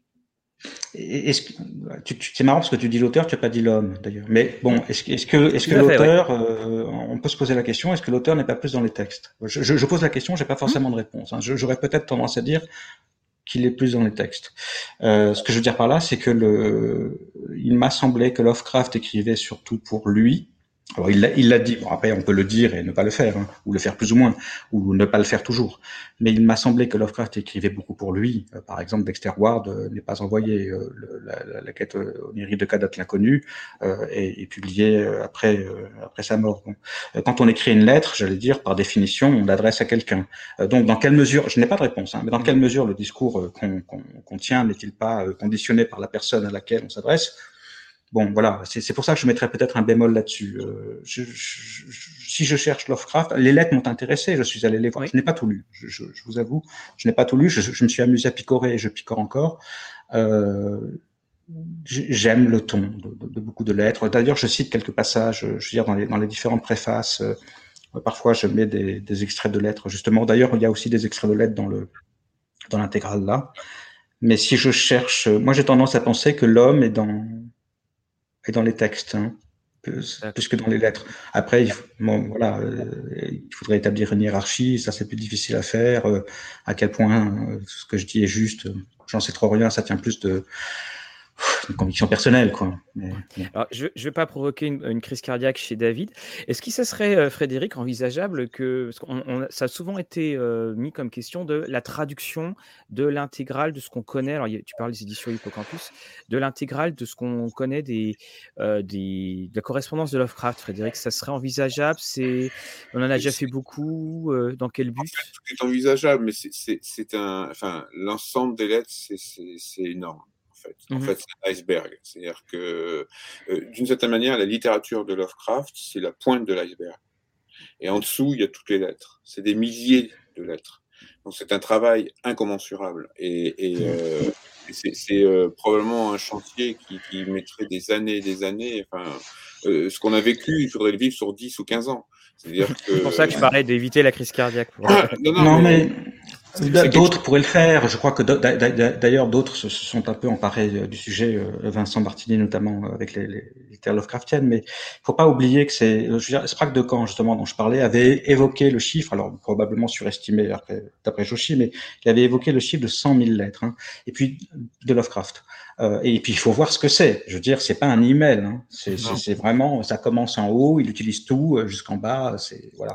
est-ce que, tu, tu- c'est marrant parce que tu dis l'auteur, tu n'as pas dit l'homme d'ailleurs. Mais Hmm. bon, est-ce, que- est-ce que, est-ce Tout que à fait, ouais. l'auteur, euh, on peut se poser la question, est-ce que l'auteur n'est pas plus dans les textes? je, je, je pose la question, j'ai pas Hmm. forcément de réponse. Hein. Je, j'aurais peut-être tendance à dire qu'il est plus dans les textes. Euh, ce que je veux dire par là, c'est que le, il m'a semblé que Lovecraft écrivait surtout pour lui. Alors il l'a, il l'a dit. Bon, après, on peut le dire et ne pas le faire, hein, ou le faire plus ou moins, ou ne pas le faire toujours. Mais il m'a semblé que Lovecraft écrivait beaucoup pour lui. Euh, par exemple, Dexter Ward euh, n'est pas envoyé. Euh, le, la, la, la quête onirique de Kadat l'inconnu euh, est, est publiée euh, après euh, après sa mort. Bon. Euh, quand on écrit une lettre, j'allais dire par définition, on l'adresse à quelqu'un. Euh, donc, dans quelle mesure, je n'ai pas de réponse, hein, mais dans Hmm. quelle mesure le discours euh, qu'on, qu'on, qu'on tient n'est-il pas euh, conditionné par la personne à laquelle on s'adresse? Bon, voilà, c'est, c'est pour ça que je mettrais peut-être un bémol là-dessus. Euh, je, je, je, si je cherche Lovecraft, les lettres m'ont intéressé, je suis allé les voir. Oui. Je n'ai pas tout lu, je, je, je vous avoue, je n'ai pas tout lu, je, je me suis amusé à picorer et je picore encore. Euh, j'aime le ton de, de, de beaucoup de lettres. D'ailleurs, je cite quelques passages, je veux dire, dans les, dans les différentes préfaces. Euh, parfois, je mets des, des extraits de lettres, justement. D'ailleurs, il y a aussi des extraits de lettres dans le dans l'intégrale là. Mais si je cherche, moi j'ai tendance à penser que l'homme est dans est dans les textes, hein, plus, plus que dans les lettres. Après, il, faut, bon, voilà, euh, il faudrait établir une hiérarchie, ça c'est plus difficile à faire. Euh, à quel point euh, ce que je dis est juste, j'en sais trop rien, ça tient plus de une conviction personnelle, quoi. Mais, bon. Alors, je ne vais pas provoquer une, une crise cardiaque chez David. Est-ce qu'il ça serait, euh, Frédéric, envisageable que, parce qu'on, on, ça a souvent été euh, mis comme question de la traduction de l'intégrale de ce qu'on connaît, alors tu parles des éditions Hippocampus, de l'intégrale de ce qu'on connaît des, euh, des, de la correspondance de Lovecraft, Frédéric, ça serait envisageable? C'est, on en a déjà fait beaucoup, euh, dans quel but? En fait, tout est envisageable, mais c'est, c'est, c'est un, enfin, l'ensemble des lettres, c'est, c'est, c'est énorme. En fait, mm-hmm. en fait, c'est un iceberg. C'est-à-dire que, euh, d'une certaine manière, la littérature de Lovecraft, c'est la pointe de l'iceberg. Et en dessous, il y a toutes les lettres. C'est des milliers de lettres. Donc, c'est un travail incommensurable. Et, et, euh, et c'est, c'est euh, probablement un chantier qui, qui mettrait des années et des années. Enfin, euh, ce qu'on a vécu, il faudrait le vivre sur dix ou quinze ans. C'est-à-dire que... C'est pour ça que je parlais d'éviter la crise cardiaque. Pour... non, non, non, mais... mais... D'autres chose... pourraient le faire. Je crois que d'ailleurs d'autres se sont un peu emparés du sujet, Vincent Martini notamment avec les, les, les terres Lovecraftiennes. Mais il faut pas oublier que c'est, je veux dire, Sprague de Caen justement dont je parlais avait évoqué le chiffre, alors probablement surestimé après d'après Joshi, mais il avait évoqué le chiffre de cent mille lettres. Hein, et puis de Lovecraft. Euh, et puis il faut voir ce que c'est. Je veux dire, c'est pas un email. Hein. C'est, c'est, c'est vraiment, ça commence en haut, il utilise tout jusqu'en bas. C'est voilà.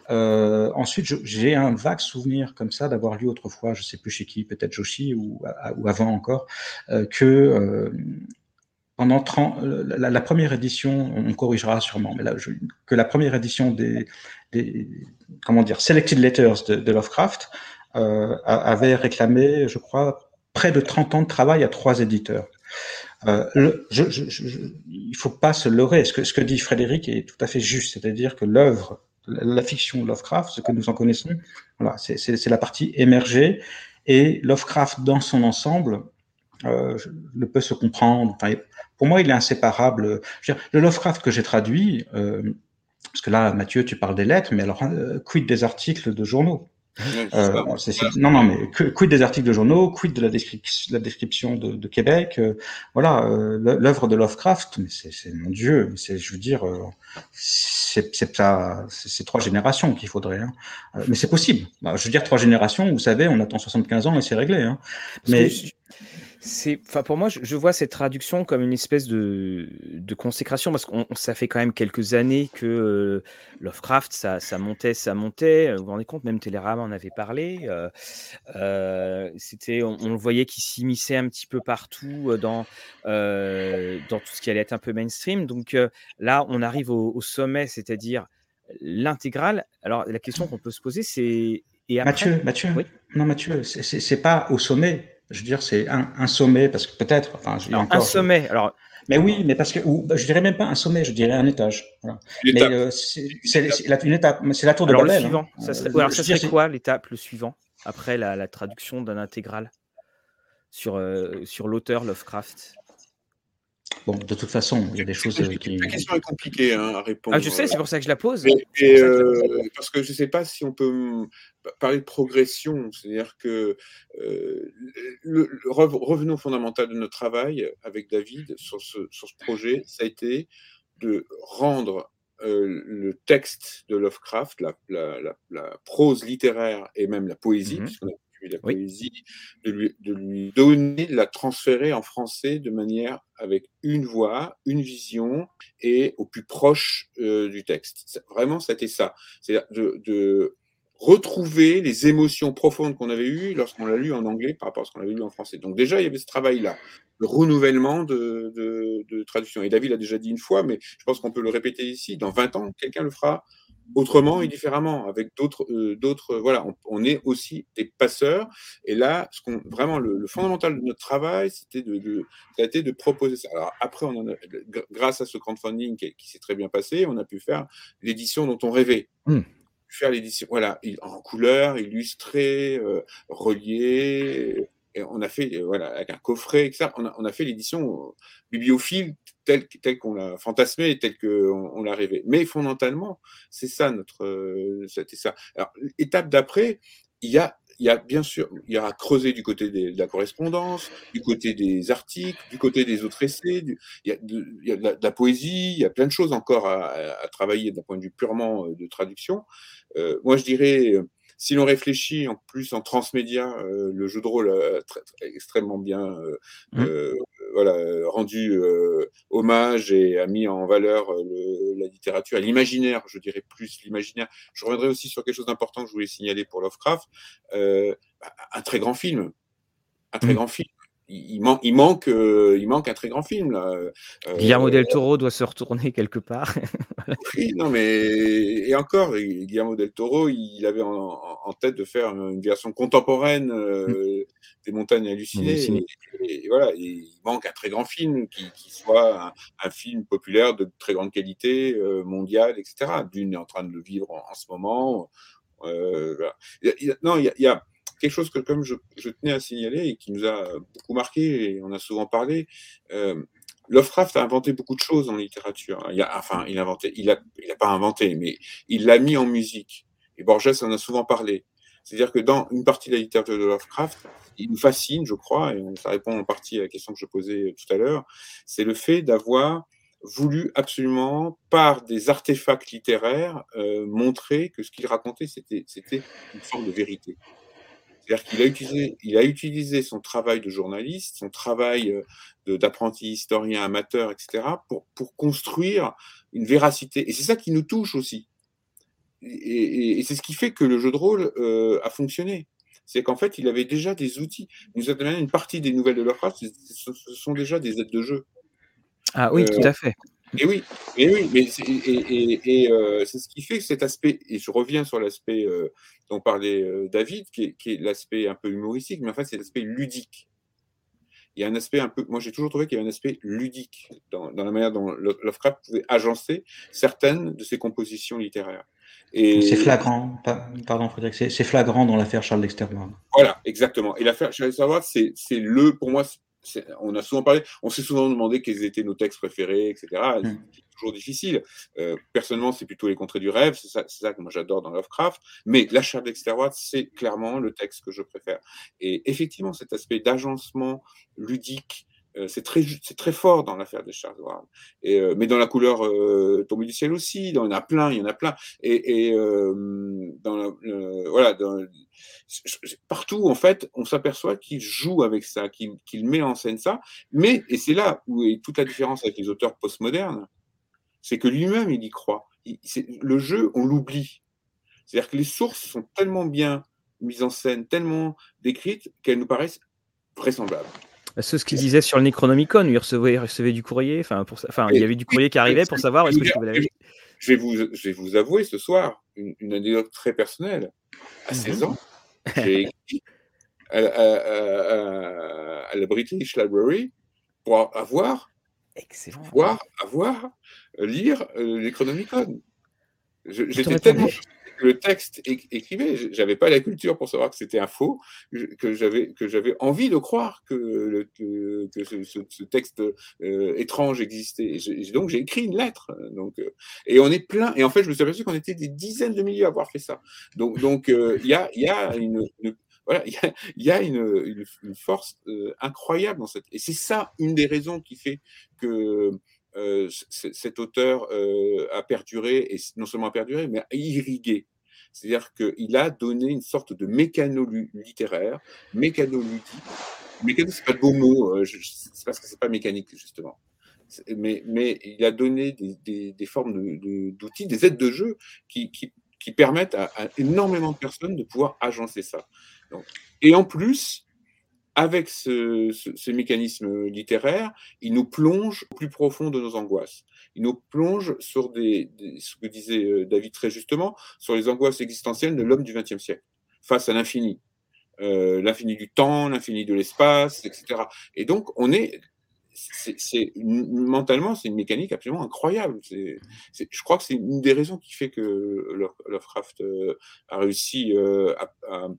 Euh, ensuite, je, j'ai un vague souvenir comme ça d'avoir lu autrefois, je sais plus chez qui, peut-être Joshi ou, ou avant encore, euh, que euh, pendant trente, la, la première édition, on corrigera sûrement, mais là, je, que la première édition des, des comment dire, Selected Letters de, de Lovecraft euh, avait réclamé, je crois, près de trente ans de travail à trois éditeurs. Euh, le, je, je, je, il faut pas se leurrer. Ce que, ce que dit Frédéric est tout à fait juste, c'est-à-dire que l'œuvre, la, la fiction de Lovecraft, ce que nous en connaissons, voilà, c'est, c'est, c'est la partie émergée, et Lovecraft dans son ensemble euh, ne peut se comprendre. Enfin, pour moi, il est inséparable. Je veux dire, le Lovecraft que j'ai traduit, euh, parce que là, Mathieu, tu parles des lettres, mais alors, euh, quid des articles de journaux? Euh, c'est, c'est, non, non, mais quid des articles de journaux, quid de la, descrip- la description de, de Québec, euh, voilà, euh, l'œuvre de Lovecraft, mais c'est, c'est mon Dieu, c'est, je veux dire, euh, c'est, c'est, ça, c'est, c'est trois générations qu'il faudrait, hein. Euh, mais c'est possible. Bah, je veux dire, trois générations, vous savez, on attend soixante-quinze ans et c'est réglé, hein. Mais je... C'est, enfin pour moi, je, je vois cette traduction comme une espèce de, de consécration parce qu'on ça fait quand même quelques années que euh, Lovecraft, ça, ça montait, ça montait. Vous vous rendez compte, même Télérama en avait parlé. Euh, euh, c'était, on, on le voyait qui s'immisçait un petit peu partout dans euh, dans tout ce qui allait être un peu mainstream. Donc euh, là, on arrive au, au sommet, c'est-à-dire l'intégrale. Alors la question qu'on peut se poser, c'est et après, Mathieu, Mathieu, oui non Mathieu, c'est, c'est, c'est pas au sommet. Je veux dire, c'est un, un sommet, parce que peut-être, enfin, je dis encore. Un sommet, je... alors. Mais oui, mais parce que, ou, je dirais même pas un sommet, je dirais un étage. Voilà. Mais euh, c'est, c'est, c'est la, une étape, c'est la tour alors de Babel. Le suivant, hein. ça serait, euh, alors ça serait dire, quoi l'étape, le suivant, après la, la traduction d'un intégral sur, euh, sur l'auteur Lovecraft? Bon, de toute façon, il y a des choses euh, qui... La question est compliquée hein, à Ah, je répondre. sais, c'est pour ça que je la pose. Mais, C'est mais, pour ça que je la pose. euh, parce que je ne sais pas si on peut m- pa- parler de progression. C'est-à-dire que euh, le, le- rev- revenons au fondamental de notre travail avec David sur ce, sur ce projet, ça a été de rendre euh, le texte de Lovecraft, la, la- la- la prose littéraire et même la poésie, Mhm. puisqu'on a publié la Oui. poésie, de lui, de lui donner, de la transférer en français de manière avec une voix, une vision et au plus proche euh, du texte. Ça- Vraiment, c'était ça. C'est-à-dire de, de retrouver les émotions profondes qu'on avait eues lorsqu'on l'a lu en anglais par rapport à ce qu'on avait lu en français. Donc déjà, il y avait ce travail-là, le renouvellement de, de, de traduction. Et David l'a déjà dit une fois, mais je pense qu'on peut le répéter ici. Dans vingt ans, quelqu'un le fera autrement et différemment, avec d'autres, euh, d'autres. Voilà, on, on est aussi des passeurs. Et là, ce qu'on, vraiment, le, le fondamental de notre travail, c'était de, de, ça a été de proposer ça. Alors après, on en a, grâce à ce crowdfunding qui, qui s'est très bien passé, on a pu faire l'édition dont on rêvait. Mm. Faire l'édition, voilà, en couleur, illustré, euh, relié. Et on a fait, euh, voilà, avec un coffret, et cetera. On a, on a fait l'édition euh, bibliophile telle, telle qu'on l'a fantasmée, telle qu'on on l'a rêvé. Mais fondamentalement, c'est ça notre, euh, c'était ça. Alors, étape d'après, il y a, il y a bien sûr, il y a à creuser du côté des, de la correspondance, du côté des articles, du côté des autres essais. Du, il y a, de, il y a de, la, de la poésie, il y a plein de choses encore à, à, à travailler d'un point de vue purement euh, de traduction. Euh, moi, je dirais, euh, si l'on réfléchit en plus en transmédia, euh, le jeu de rôle a très, très, extrêmement bien euh, Mm. euh, voilà, rendu euh, hommage et a mis en valeur euh, le, la littérature et l'imaginaire, je dirais plus l'imaginaire. Je reviendrai aussi sur quelque chose d'important que je voulais signaler pour Lovecraft, euh, un très grand film, un très Mm. grand film. Il, il, man, il, manque, euh, il manque un très grand film. Là. Euh, Guillermo del Toro doit se retourner quelque part. Voilà. Oui, non, mais et encore, Guillermo del Toro, il avait en, en tête de faire une version contemporaine euh, des Montagnes hallucinées. Et, et voilà, et il manque un très grand film qui, qui soit un, un film populaire de très grande qualité euh, mondiale, et cetera. Dune est en train de le vivre en, en ce moment. Euh, voilà. il y a, il y a, non, il y a, il y a quelque chose que comme je, je tenais à signaler et qui nous a beaucoup marqué, et on a souvent parlé. Euh, Lovecraft a inventé beaucoup de choses en littérature. Il a, enfin, il a inventé, il a, il a pas inventé, mais il l'a mis en musique. Et Borges en a souvent parlé. C'est-à-dire que dans une partie de la littérature de Lovecraft, il nous fascine, je crois, et ça répond en partie à la question que je posais tout à l'heure, c'est le fait d'avoir voulu absolument, par des artefacts littéraires, euh, montrer que ce qu'il racontait, c'était, c'était une forme de vérité. C'est-à-dire qu'il a utilisé, il a utilisé son travail de journaliste, son travail de, d'apprenti historien amateur, et cetera, pour, pour construire une véracité. Et c'est ça qui nous touche aussi. Et, et, et c'est ce qui fait que le jeu de rôle euh, a fonctionné. C'est qu'en fait, il avait déjà des outils. D'une certaine manière, une partie des nouvelles de Lovecraft, ce sont déjà des aides de jeu. Ah oui, euh, tout à fait. Et oui, et oui, mais c'est, et, et, et euh, c'est ce qui fait que cet aspect, et je reviens sur l'aspect euh, dont parlait euh, David, qui est, qui est l'aspect un peu humoristique, mais en fait c'est l'aspect ludique. Il y a un aspect un peu, moi j'ai toujours trouvé qu'il y avait un aspect ludique dans, dans la manière dont Lovecraft pouvait agencer certaines de ses compositions littéraires. Et c'est flagrant, pardon Frédéric, c'est, c'est flagrant dans l'affaire Charles Dexter Ward. Voilà, exactement. Et l'affaire Charles Dexter Ward, c'est, c'est le, pour moi, c'est, on a souvent parlé, on s'est souvent demandé quels étaient nos textes préférés, et cetera. Mm. C'est toujours difficile. Euh, personnellement, c'est plutôt Les Contrées du rêve, c'est ça, c'est ça que moi j'adore dans Lovecraft. Mais La Charge Dexter Ward, c'est clairement le texte que je préfère. Et effectivement, cet aspect d'agencement ludique, euh, c'est très, c'est très fort dans l'affaire de Charles Ward. Et, euh, mais dans La couleur euh, tombée du ciel aussi, dans, il y en a plein, il y en a plein. Et, et euh, dans la, euh, voilà, dans, partout, en fait, on s'aperçoit qu'il joue avec ça, qu'il, qu'il met en scène ça. Mais, et c'est là où est toute la différence avec les auteurs postmodernes, c'est que lui-même, il y croit. Il, c'est, le jeu, on l'oublie. C'est-à-dire que les sources sont tellement bien mises en scène, tellement décrites, qu'elles nous paraissent vraisemblables. C'est ce qu'il disait sur le Necronomicon, il recevait, il recevait du courrier, enfin, pour, enfin, il y avait du courrier qui arrivait pour savoir est-ce que je pouvais l'aller. Je vais vous, je vais vous avouer ce soir une, une anecdote très personnelle. À seize ans, j'ai écrit à, à, à, à la British Library pour avoir, Excellent. voir, avoir, lire euh, les Chronomicon. Je, j'étais tellement, le texte écrivait. J'avais pas la culture pour savoir que c'était un faux, que j'avais que j'avais envie de croire que, le, que, que ce, ce, ce texte euh, étrange existait. Et donc j'ai écrit une lettre. Donc euh, et on est plein. Et en fait, je me suis aperçu qu'on était des dizaines de milliers à avoir fait ça. Donc donc il euh, y a il y a une, une voilà, il y a, y a une, une, une force euh, incroyable dans cette. Et c'est ça une des raisons qui fait que Euh, cet auteur euh, a perduré, et non seulement a perduré, mais a irrigué. C'est-à-dire qu'il a donné une sorte de mécano littéraire, mécanoludique. Mécano, c'est pas le beau mot, euh, c'est parce que c'est pas mécanique, justement. Mais, mais il a donné des, des, des formes de, d'outils, des aides de jeu qui, qui, qui permettent à, à énormément de personnes de pouvoir agencer ça. Donc, et en plus, avec ce, ce, ce mécanisme littéraire, il nous plonge au plus profond de nos angoisses. Il nous plonge sur des, des, ce que disait David très justement, sur les angoisses existentielles de l'homme du vingtième siècle, face à l'infini. Euh, l'infini du temps, l'infini de l'espace, et cetera. Et donc, on est... C'est, c'est, mentalement, c'est une mécanique absolument incroyable. C'est, c'est, je crois que c'est une des raisons qui fait que Lovecraft euh, a réussi euh, à... à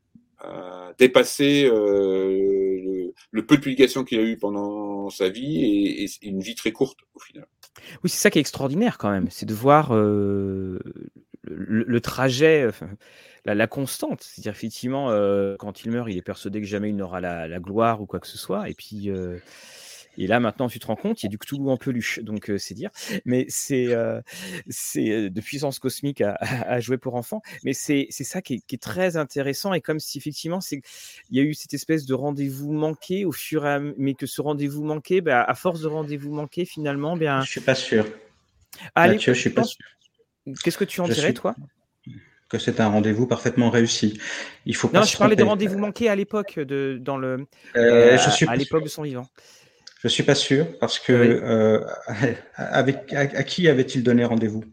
à dépasser euh, le, le peu de publications qu'il a eu pendant sa vie et, et une vie très courte au final. Oui, c'est ça qui est extraordinaire quand même, c'est de voir euh, le, le trajet, euh, la, la constante. C'est-à-dire effectivement, euh, quand il meurt, il est persuadé que jamais il n'aura la, la gloire ou quoi que ce soit. Et puis, euh, et là maintenant, tu te rends compte, il y a du Cthulhu en peluche, donc euh, c'est dire. Mais c'est euh, c'est de puissance cosmique à, à jouer pour enfants. Mais c'est c'est ça qui est, qui est très intéressant, et comme si effectivement c'est il y a eu cette espèce de rendez-vous manqué au fur et à mais que ce rendez-vous manqué, bah, à force de rendez-vous manqué, finalement, bien. Je suis pas sûr. Allez, Mathieu, je suis pas sûr. Qu'est-ce que tu en je dirais, suis... toi? Que c'est un rendez-vous parfaitement réussi. Il faut pas non, se je parlais de tromper. rendez-vous manqué à l'époque de dans le euh, euh, je suis à, à l'époque de son vivant. Je suis pas sûr parce que Oui. euh, avec à, à qui avait-il donné rendez-vous?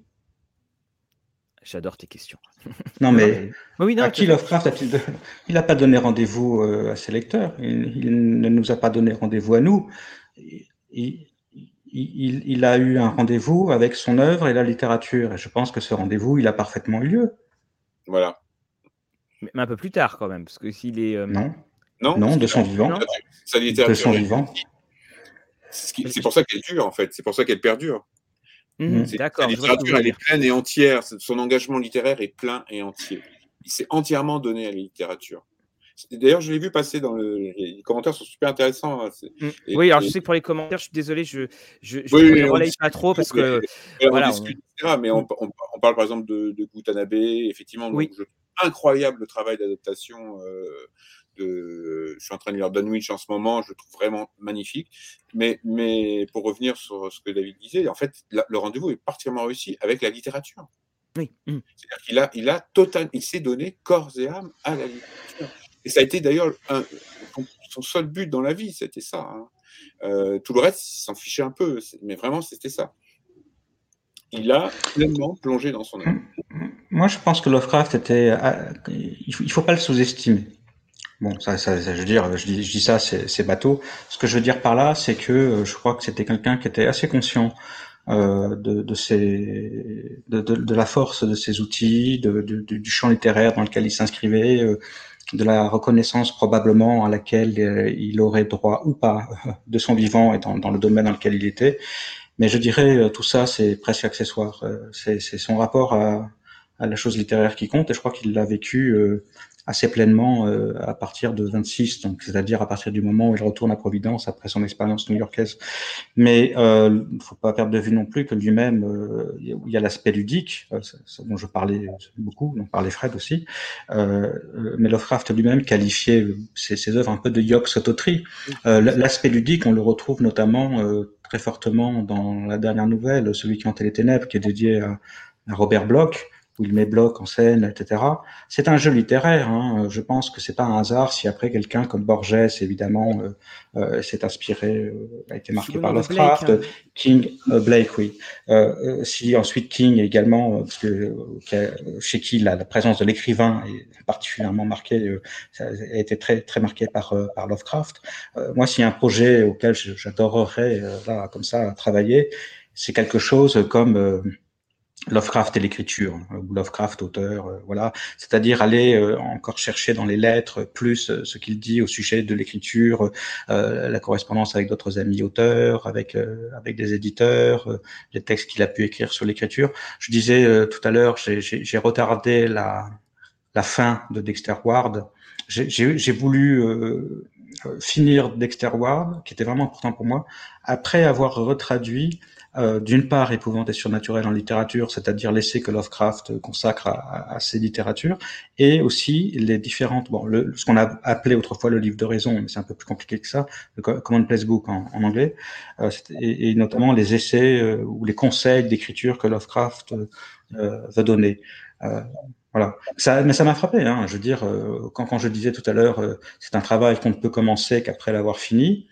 J'adore tes questions. Non, mais non, oui, non, à qui Lovecraft a-t-il donné? Il n'a pas donné rendez-vous euh, à ses lecteurs. Il, il ne nous a pas donné rendez-vous à nous. Il, il, il, il a eu un rendez-vous avec son œuvre et la littérature. Et je pense que ce rendez-vous, il a parfaitement eu lieu. Voilà. Mais, mais un peu plus tard quand même, parce que s'il est euh... non, non, non, de son vivant, sa littérature, de son vivant. C'est, c'est pour ça qu'elle dure en fait. C'est pour ça qu'elle perdure. Mmh, d'accord. La littérature, elle est pleine et entière. Son engagement littéraire est plein et entier. Il s'est entièrement donné à la littérature. D'ailleurs, je l'ai vu passer dans le... les commentaires sont super intéressants. Mmh. Et, oui, alors et... je sais que pour les commentaires, je suis désolé, je je, je oui, les relaye pas trop parce que mais, voilà, on discute, on... et cetera. Mais on, on, on parle par exemple de, de Gutanabe, effectivement, oui. donc je... incroyable travail d'adaptation. Euh, de... Je suis en train de lire Dunwich en ce moment, je le trouve vraiment magnifique. Mais, mais pour revenir sur ce que David disait, en fait, la, le rendez-vous est particulièrement réussi avec la littérature. Oui. Mmh. C'est-à-dire qu'il a, il a total, il s'est donné corps et âme à la littérature. Et ça a été d'ailleurs un, son seul but dans la vie, c'était ça. Hein. Euh, tout le reste, il s'en fichait un peu, mais vraiment, c'était ça. Il a pleinement plongé dans son œuvre. Moi, je pense que Lovecraft était. Il faut, il faut pas le sous-estimer. Bon, ça, ça, ça, je veux dire, je dis, je dis ça, c'est, c'est bateau. Ce que je veux dire par là, c'est que je crois que c'était quelqu'un qui était assez conscient euh, de, de, ses, de, de, de la force de ses outils, de, de, du champ littéraire dans lequel il s'inscrivait. Euh, de la reconnaissance probablement à laquelle euh, il aurait droit ou pas euh, de son vivant et dans, dans le domaine dans lequel il était. Mais je dirais euh, tout ça c'est presque accessoire. Euh, c'est, c'est son rapport à, à la chose littéraire qui compte et je crois qu'il l'a vécu euh, assez pleinement euh, à partir de vingt-six, donc c'est-à-dire à partir du moment où il retourne à Providence après son expérience new-yorkaise. Mais euh, il ne faut pas perdre de vue non plus que lui-même, euh, il y a l'aspect ludique, euh, dont je parlais beaucoup, dont parlait Fred aussi, euh, mais Lovecraft lui-même qualifiait ses, ses œuvres un peu de Yox Sototri. Euh, l'aspect ludique, on le retrouve notamment euh, très fortement dans la dernière nouvelle, Celui qui hantait les ténèbres, qui est dédié à, à Robert Bloch, où il met Bloch en scène, et cetera. C'est un jeu littéraire. Hein. Je pense que c'est pas un hasard si après quelqu'un comme Borges, évidemment, euh, euh, s'est inspiré, euh, a été marqué par Lovecraft, Blake, hein. King, euh, Blake, oui. Euh, si ensuite King également, parce que euh, chez qui la, la présence de l'écrivain est particulièrement marquée, euh, ça a été très très marqué par euh, par Lovecraft. Euh, moi, s'il y a un projet auquel j'adorerais euh, là comme ça travailler, c'est quelque chose comme euh, Lovecraft et l'écriture, ou Lovecraft auteur, euh, voilà. C'est-à-dire aller euh, encore chercher dans les lettres plus euh, ce qu'il dit au sujet de l'écriture, euh, la correspondance avec d'autres amis auteurs, avec euh, avec des éditeurs, euh, les textes qu'il a pu écrire sur l'écriture. Je disais euh, tout à l'heure, j'ai, j'ai, j'ai retardé la la fin de Dexter Ward. J'ai, j'ai, j'ai voulu euh, finir Dexter Ward, qui était vraiment important pour moi, après avoir retraduit euh, d'une part Épouvante et surnaturel en littérature, c'est-à-dire l'essai que Lovecraft consacre à, à, à ces littératures, et aussi les différentes, bon, le, ce qu'on a appelé autrefois le livre de raison, mais c'est un peu plus compliqué que ça, le Commonplace Book en, en anglais, euh, et, et notamment les essais euh, ou les conseils d'écriture que Lovecraft euh, veut donner. Euh, voilà. Ça, mais ça m'a frappé. Hein. Je veux dire, euh, quand, quand je disais tout à l'heure, euh, c'est un travail qu'on ne peut commencer qu'après l'avoir fini.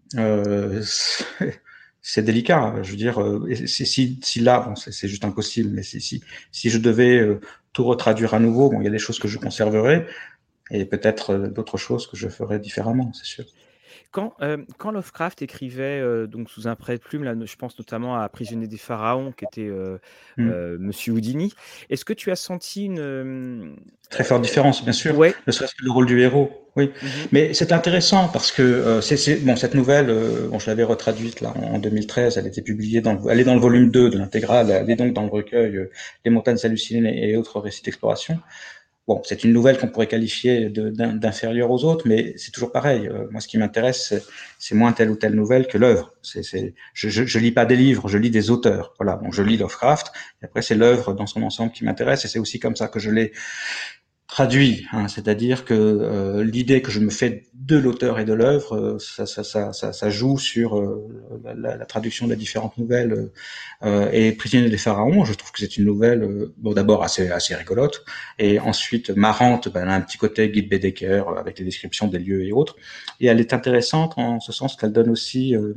Euh, c'est, c'est délicat. Je veux dire, euh, si, si, si là, bon, c'est, c'est juste impossible. Mais si, si, si je devais euh, tout retraduire à nouveau, bon, il y a des choses que je conserverais et peut-être euh, d'autres choses que je ferais différemment, c'est sûr. Quand, euh, quand Lovecraft écrivait euh, donc sous un prêt-plume, là, je pense notamment à Prisonnier des Pharaons, qui était euh, Mm. euh, Monsieur Houdini, est-ce que tu as senti une... Euh, Très forte différence, bien sûr. ouais. Ne serait-ce que le rôle du héros, oui. Mm-hmm. Mais c'est intéressant parce que euh, c'est, c'est bon cette nouvelle, euh, bon je l'avais retraduite là en deux mille treize, elle a été publiée dans, le, elle est dans le volume deux de l'intégrale, elle est donc dans le recueil euh, Les montagnes hallucinées et autres récits d'exploration. Bon, c'est une nouvelle qu'on pourrait qualifier de, d'inférieure aux autres, mais c'est toujours pareil. Euh, moi, ce qui m'intéresse, c'est, c'est moins telle ou telle nouvelle que l'œuvre. C'est, c'est, je, je, je lis pas des livres, je lis des auteurs. Voilà, donc je lis Lovecraft, et après c'est l'œuvre dans son ensemble qui m'intéresse, et c'est aussi comme ça que je l'ai traduit, hein, c'est-à-dire que euh, l'idée que je me fais de l'auteur et de l'œuvre, euh, ça, ça, ça, ça, ça joue sur euh, la, la traduction des différentes nouvelles. Euh, et Prisonnier des Pharaons, je trouve que c'est une nouvelle, euh, bon d'abord assez assez rigolote, et ensuite marrante. Ben, elle a un petit côté Guy Bédecker avec les descriptions des lieux et autres, et elle est intéressante en ce sens qu'elle donne aussi euh,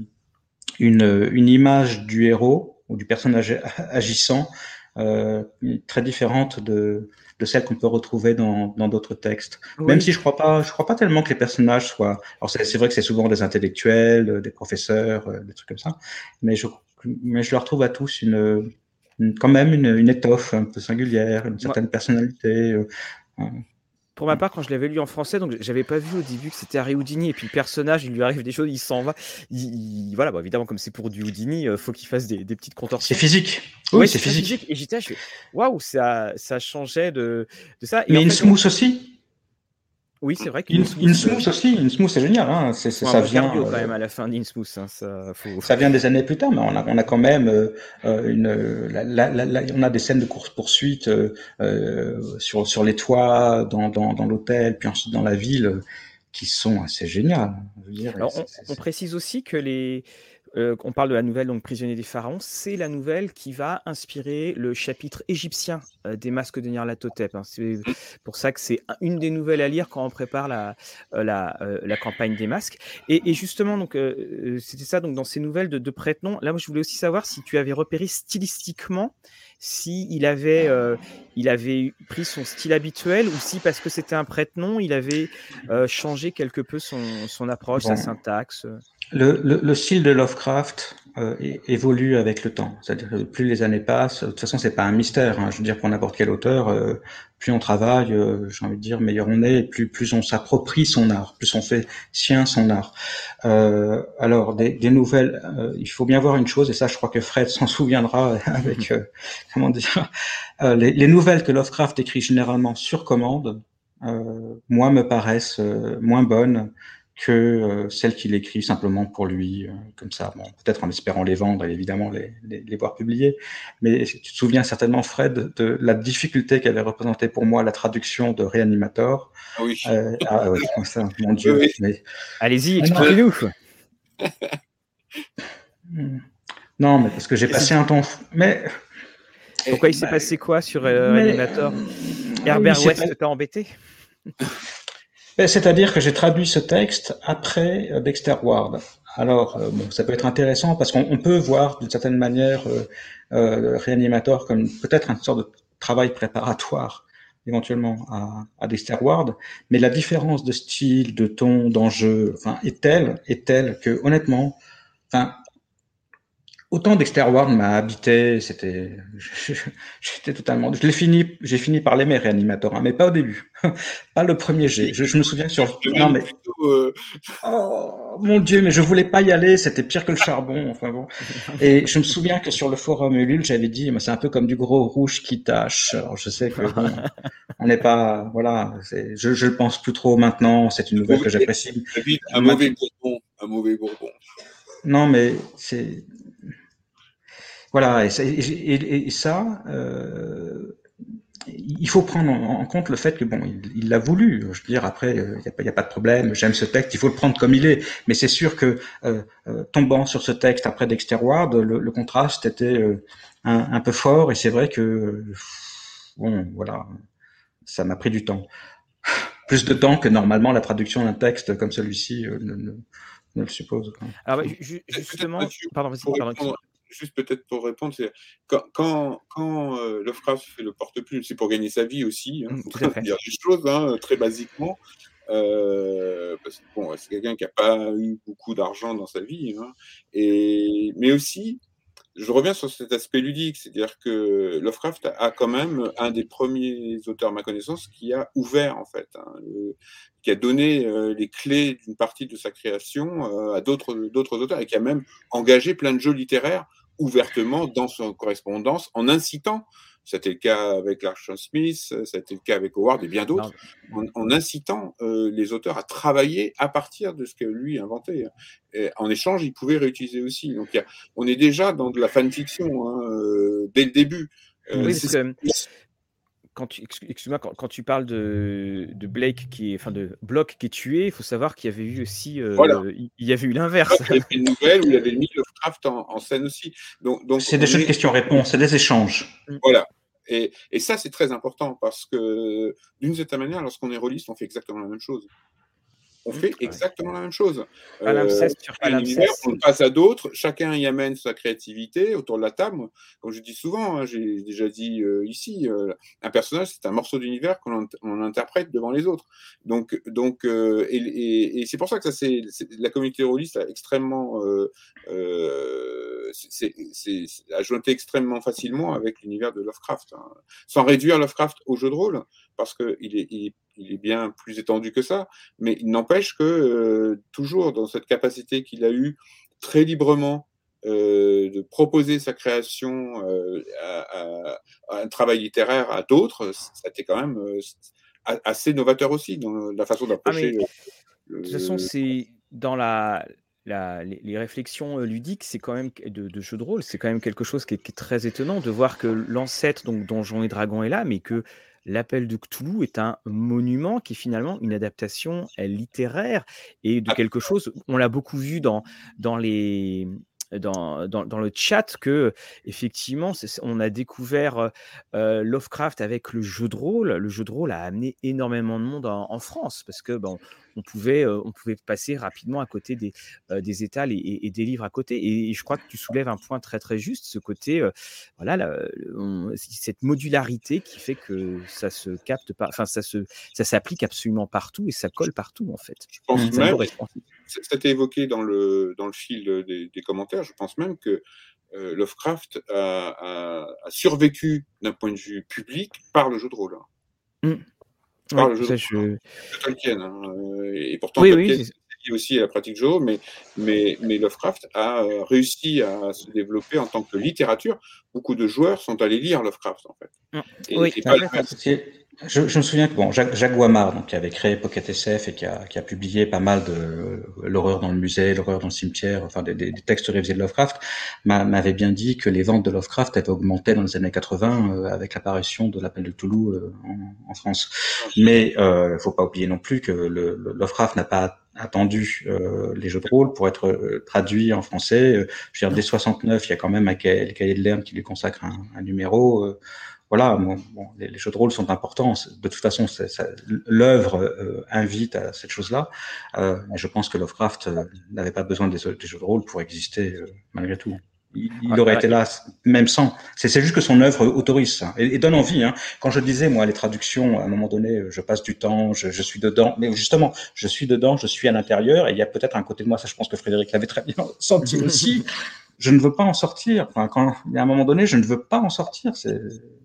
une une image du héros ou du personnage agissant euh, très différente de de celles qu'on peut retrouver dans, dans d'autres textes. Oui. Même si je crois pas, je crois pas tellement que les personnages soient. Alors c'est, c'est vrai que c'est souvent des intellectuels, des professeurs, des trucs comme ça, mais je, mais je leur trouve à tous une, une quand même une, une étoffe un peu singulière, une certaine Moi, personnalité. Euh, pour ma part, quand je l'avais lu en français, donc j'avais pas vu au début que c'était Harry Houdini, et puis le personnage, il lui arrive des choses, il s'en va. Il, il, voilà, bah, évidemment, comme c'est pour du Houdini, il faut qu'il fasse des, des petites contorsions. C'est physique. Oui, ouais, c'est, c'est physique. physique. Et j'étais là, je fais waouh, ça, ça changeait de, de ça. Et mais en Innsmouth fait, aussi. Oui, c'est vrai qu'Innsmouth Innsmouth euh... aussi, Innsmouth c'est génial. Hein. C'est, c'est, ça bon vient cardio, quand même à la fin d'Innsmouth. Hein, ça, faut... ça vient des années plus tard, mais on a, on a quand même euh, une, la, la, la, on a des scènes de course poursuite euh, euh, sur sur les toits, dans dans, dans l'hôtel, puis ensuite dans la ville, euh, qui sont assez géniales. Je veux dire, Alors, c'est, on, c'est, on précise aussi que les Euh, on parle de la nouvelle donc Prisonnier des Pharaons, c'est la nouvelle qui va inspirer le chapitre égyptien euh, des Masques de Nyarlathotep. Hein. C'est pour ça que c'est une des nouvelles à lire quand on prépare la, euh, la, euh, la campagne des Masques. Et, et justement, donc, euh, c'était ça, donc, dans ces nouvelles de, de prête-nom. Là, moi, je voulais aussi savoir si tu avais repéré stylistiquement si il avait, euh, il avait pris son style habituel ou si, parce que c'était un prête-nom, il avait euh, changé quelque peu son, son approche, bon. sa syntaxe. Le, le, le style de Lovecraft euh, évolue avec le temps. C'est-à-dire que plus les années passent, de toute façon, c'est pas un mystère. Hein. Je veux dire, pour n'importe quel auteur, euh, plus on travaille, euh, j'ai envie de dire, meilleur on est, et plus, plus on s'approprie son art, plus on fait sien son art. Euh, alors, des, des nouvelles, euh, il faut bien voir une chose, et ça, je crois que Fred s'en souviendra avec, euh, comment dire, euh, les, les nouvelles que Lovecraft écrit généralement sur commande, euh, moi, me paraissent euh, moins bonnes que euh, celles qu'il écrit simplement pour lui, euh, comme ça, bon, peut-être en espérant les vendre et évidemment les, les, les voir publiés. Mais tu te souviens certainement, Fred, de la difficulté qu'avait représenté pour moi la traduction de Reanimator. Ah oui. Euh, ah oui, ça, mon Dieu. Oui, oui. Mais... Allez-y, expliquez-nous. Non, mais parce que j'ai passé un temps... Mais... Pourquoi il s'est bah, passé quoi sur euh, mais... Reanimator Herbert oui, West pas... t'a embêté? C'est-à-dire que j'ai traduit ce texte après Dexter Ward. Alors, euh, bon, ça peut être intéressant parce qu'on on peut voir d'une certaine manière euh, euh, Reanimator comme peut-être une sorte de travail préparatoire éventuellement à, à Dexter Ward, mais la différence de style, de ton, d'enjeu, enfin, est telle, est telle que honnêtement, enfin, autant Dexter Ward m'a habité, c'était, j'étais totalement, je l'ai fini, j'ai fini par l'aimer Reanimator, hein, mais pas au début, pas le premier jet. Je, je me souviens sur, non mais, plutôt, euh... oh mon Dieu, mais je voulais pas y aller, c'était pire que le charbon, enfin bon. Et je me souviens que sur le forum Ulule, j'avais dit, mais c'est un peu comme du gros rouge qui tâche. Alors je sais que bon, on n'est pas, voilà, c'est, je, je le pense plus trop maintenant. C'est une nouvelle mauvais, que j'apprécie. Un mauvais bourbon, un mauvais bourbon. Non, mais c'est voilà, et, et, et, et ça, euh, il faut prendre en compte le fait que bon, il l'a voulu. Je veux dire, après, il n'y a, a pas de problème. J'aime ce texte, il faut le prendre comme il est. Mais c'est sûr que euh, tombant sur ce texte après Dexter Ward, le, le contraste était euh, un, un peu fort. Et c'est vrai que bon, voilà, ça m'a pris du temps, plus de temps que normalement la traduction d'un texte comme celui-ci euh, ne, ne, ne le suppose. Quoi. Alors justement, pardon, vas-y, pardon. Juste peut-être pour répondre, c'est quand, quand, quand euh, Lovecraft fait le porte-plume, c'est pour gagner sa vie aussi, hein, mmh, faut dire des choses, hein, très basiquement, euh, parce que bon, c'est quelqu'un qui n'a pas eu beaucoup d'argent dans sa vie, hein, et, mais aussi, je reviens sur cet aspect ludique, c'est-à-dire que Lovecraft a quand même un des premiers auteurs, à ma connaissance, qui a ouvert, en fait, hein, le, qui a donné euh, les clés d'une partie de sa création euh, à d'autres, d'autres auteurs, et qui a même engagé plein de jeux littéraires ouvertement dans son correspondance, en incitant, c'était le cas avec Larson Smith, c'était le cas avec Howard et bien d'autres, en, en incitant euh, les auteurs à travailler à partir de ce que lui inventait. Et en échange, ils pouvaient réutiliser aussi. Donc, y a, on est déjà dans de la fanfiction hein, euh, dès le début. Euh, oui, parce que quand tu, excuse-moi, quand, quand tu parles de, de Blake qui est, enfin de Block qui est tué, il faut savoir qu'il y avait eu aussi, euh, voilà. il y avait eu l'inverse. Il y avait une nouvelle où il y avait mis Lovecraft en, en scène aussi. Donc, donc c'est des jeux est... de questions-réponses, c'est des échanges. Voilà. Et, et ça, c'est très important parce que d'une certaine manière, lorsqu'on est rôliste, on fait exactement la même chose. On fait exactement la même chose. Euh, sur un univers, on le passe à d'autres, chacun y amène sa créativité autour de la table. Comme je dis souvent, hein, j'ai déjà dit euh, ici, euh, un personnage, c'est un morceau d'univers qu'on on interprète devant les autres. Donc, donc euh, et, et, et c'est pour ça que ça, c'est, c'est la communauté rôliste a extrêmement, euh, euh, c'est, c'est, c'est, a joué extrêmement facilement avec l'univers de Lovecraft, hein. Sans réduire Lovecraft au jeu de rôle, parce que il est, il est il est bien plus étendu que ça, mais il n'empêche que euh, toujours dans cette capacité qu'il a eue très librement euh, de proposer sa création euh, à, à, à un travail littéraire à d'autres, ça a été quand même euh, assez novateur aussi dans la façon d'approcher. Ah, le, le... De toute façon, c'est dans la, la, les, les réflexions ludiques, c'est quand même de, de jeux de rôle, c'est quand même quelque chose qui est, qui est très étonnant de voir que l'ancêtre, donc Donjons et Dragons, est là, mais que l'Appel de Cthulhu est un monument qui est finalement une adaptation littéraire et de quelque chose. On l'a beaucoup vu dans, dans les. Dans, dans, dans le chat que effectivement c'est, on a découvert euh, Lovecraft avec le jeu de rôle. Le jeu de rôle a amené énormément de monde en, en France parce que bon, on pouvait euh, on pouvait passer rapidement à côté des, euh, des étals et, et, et des livres à côté. Et, et je crois que tu soulèves un point très très juste, ce côté euh, voilà la, on, cette modularité qui fait que ça se capte pas, enfin ça se ça s'applique absolument partout et ça colle partout en fait. Je pense mmh. même, c'était évoqué dans le dans le fil des, des commentaires. Je pense même que euh, Lovecraft a, a, a survécu d'un point de vue public par le jeu de rôle. Mmh. Par oui, le jeu ça, de rôle. Je... Tolkien. Hein, et pourtant, oui, Tolkien oui, est aussi à la pratique du jeu, mais, mais, mais Lovecraft a réussi à se développer en tant que littérature. Beaucoup de joueurs sont allés lire Lovecraft, en fait. Et, oui, et pas le Je, je me souviens que bon, Jacques, Jacques Guamard, donc qui avait créé Pocket S F et qui a, qui a publié pas mal de euh, l'horreur dans le musée, l'horreur dans le cimetière, enfin des, des, des textes révisés de Lovecraft, m'avait bien dit que les ventes de Lovecraft avaient augmenté dans les années quatre-vingts euh, avec l'apparition de l'Appel de Cthulhu euh, en, en France. Mais euh, faut pas oublier non plus que le, le Lovecraft n'a pas attendu euh, les jeux de rôle pour être euh, traduits en français. Euh, je veux dire, dès soixante-neuf, il y a quand même un cahier, le cahier de Lerne qui lui consacre un, un numéro. Euh, Voilà, bon, bon, les, les jeux de rôle sont importants. De toute façon, l'œuvre euh, invite à cette chose-là. Euh, mais je pense que Lovecraft euh, n'avait pas besoin des, des jeux de rôle pour exister euh, malgré tout. Il, il aurait été là même sans. C'est juste que son œuvre autorise ça et, et donne envie. Hein. Quand je disais moi les traductions, à un moment donné, je passe du temps, je, je suis dedans. Mais justement, je suis dedans, je suis à l'intérieur. Et il y a peut-être un côté de moi, ça je pense que Frédéric l'avait très bien senti aussi. je ne veux pas en sortir. Enfin, quand il y a un moment donné, je ne veux pas en sortir. C'est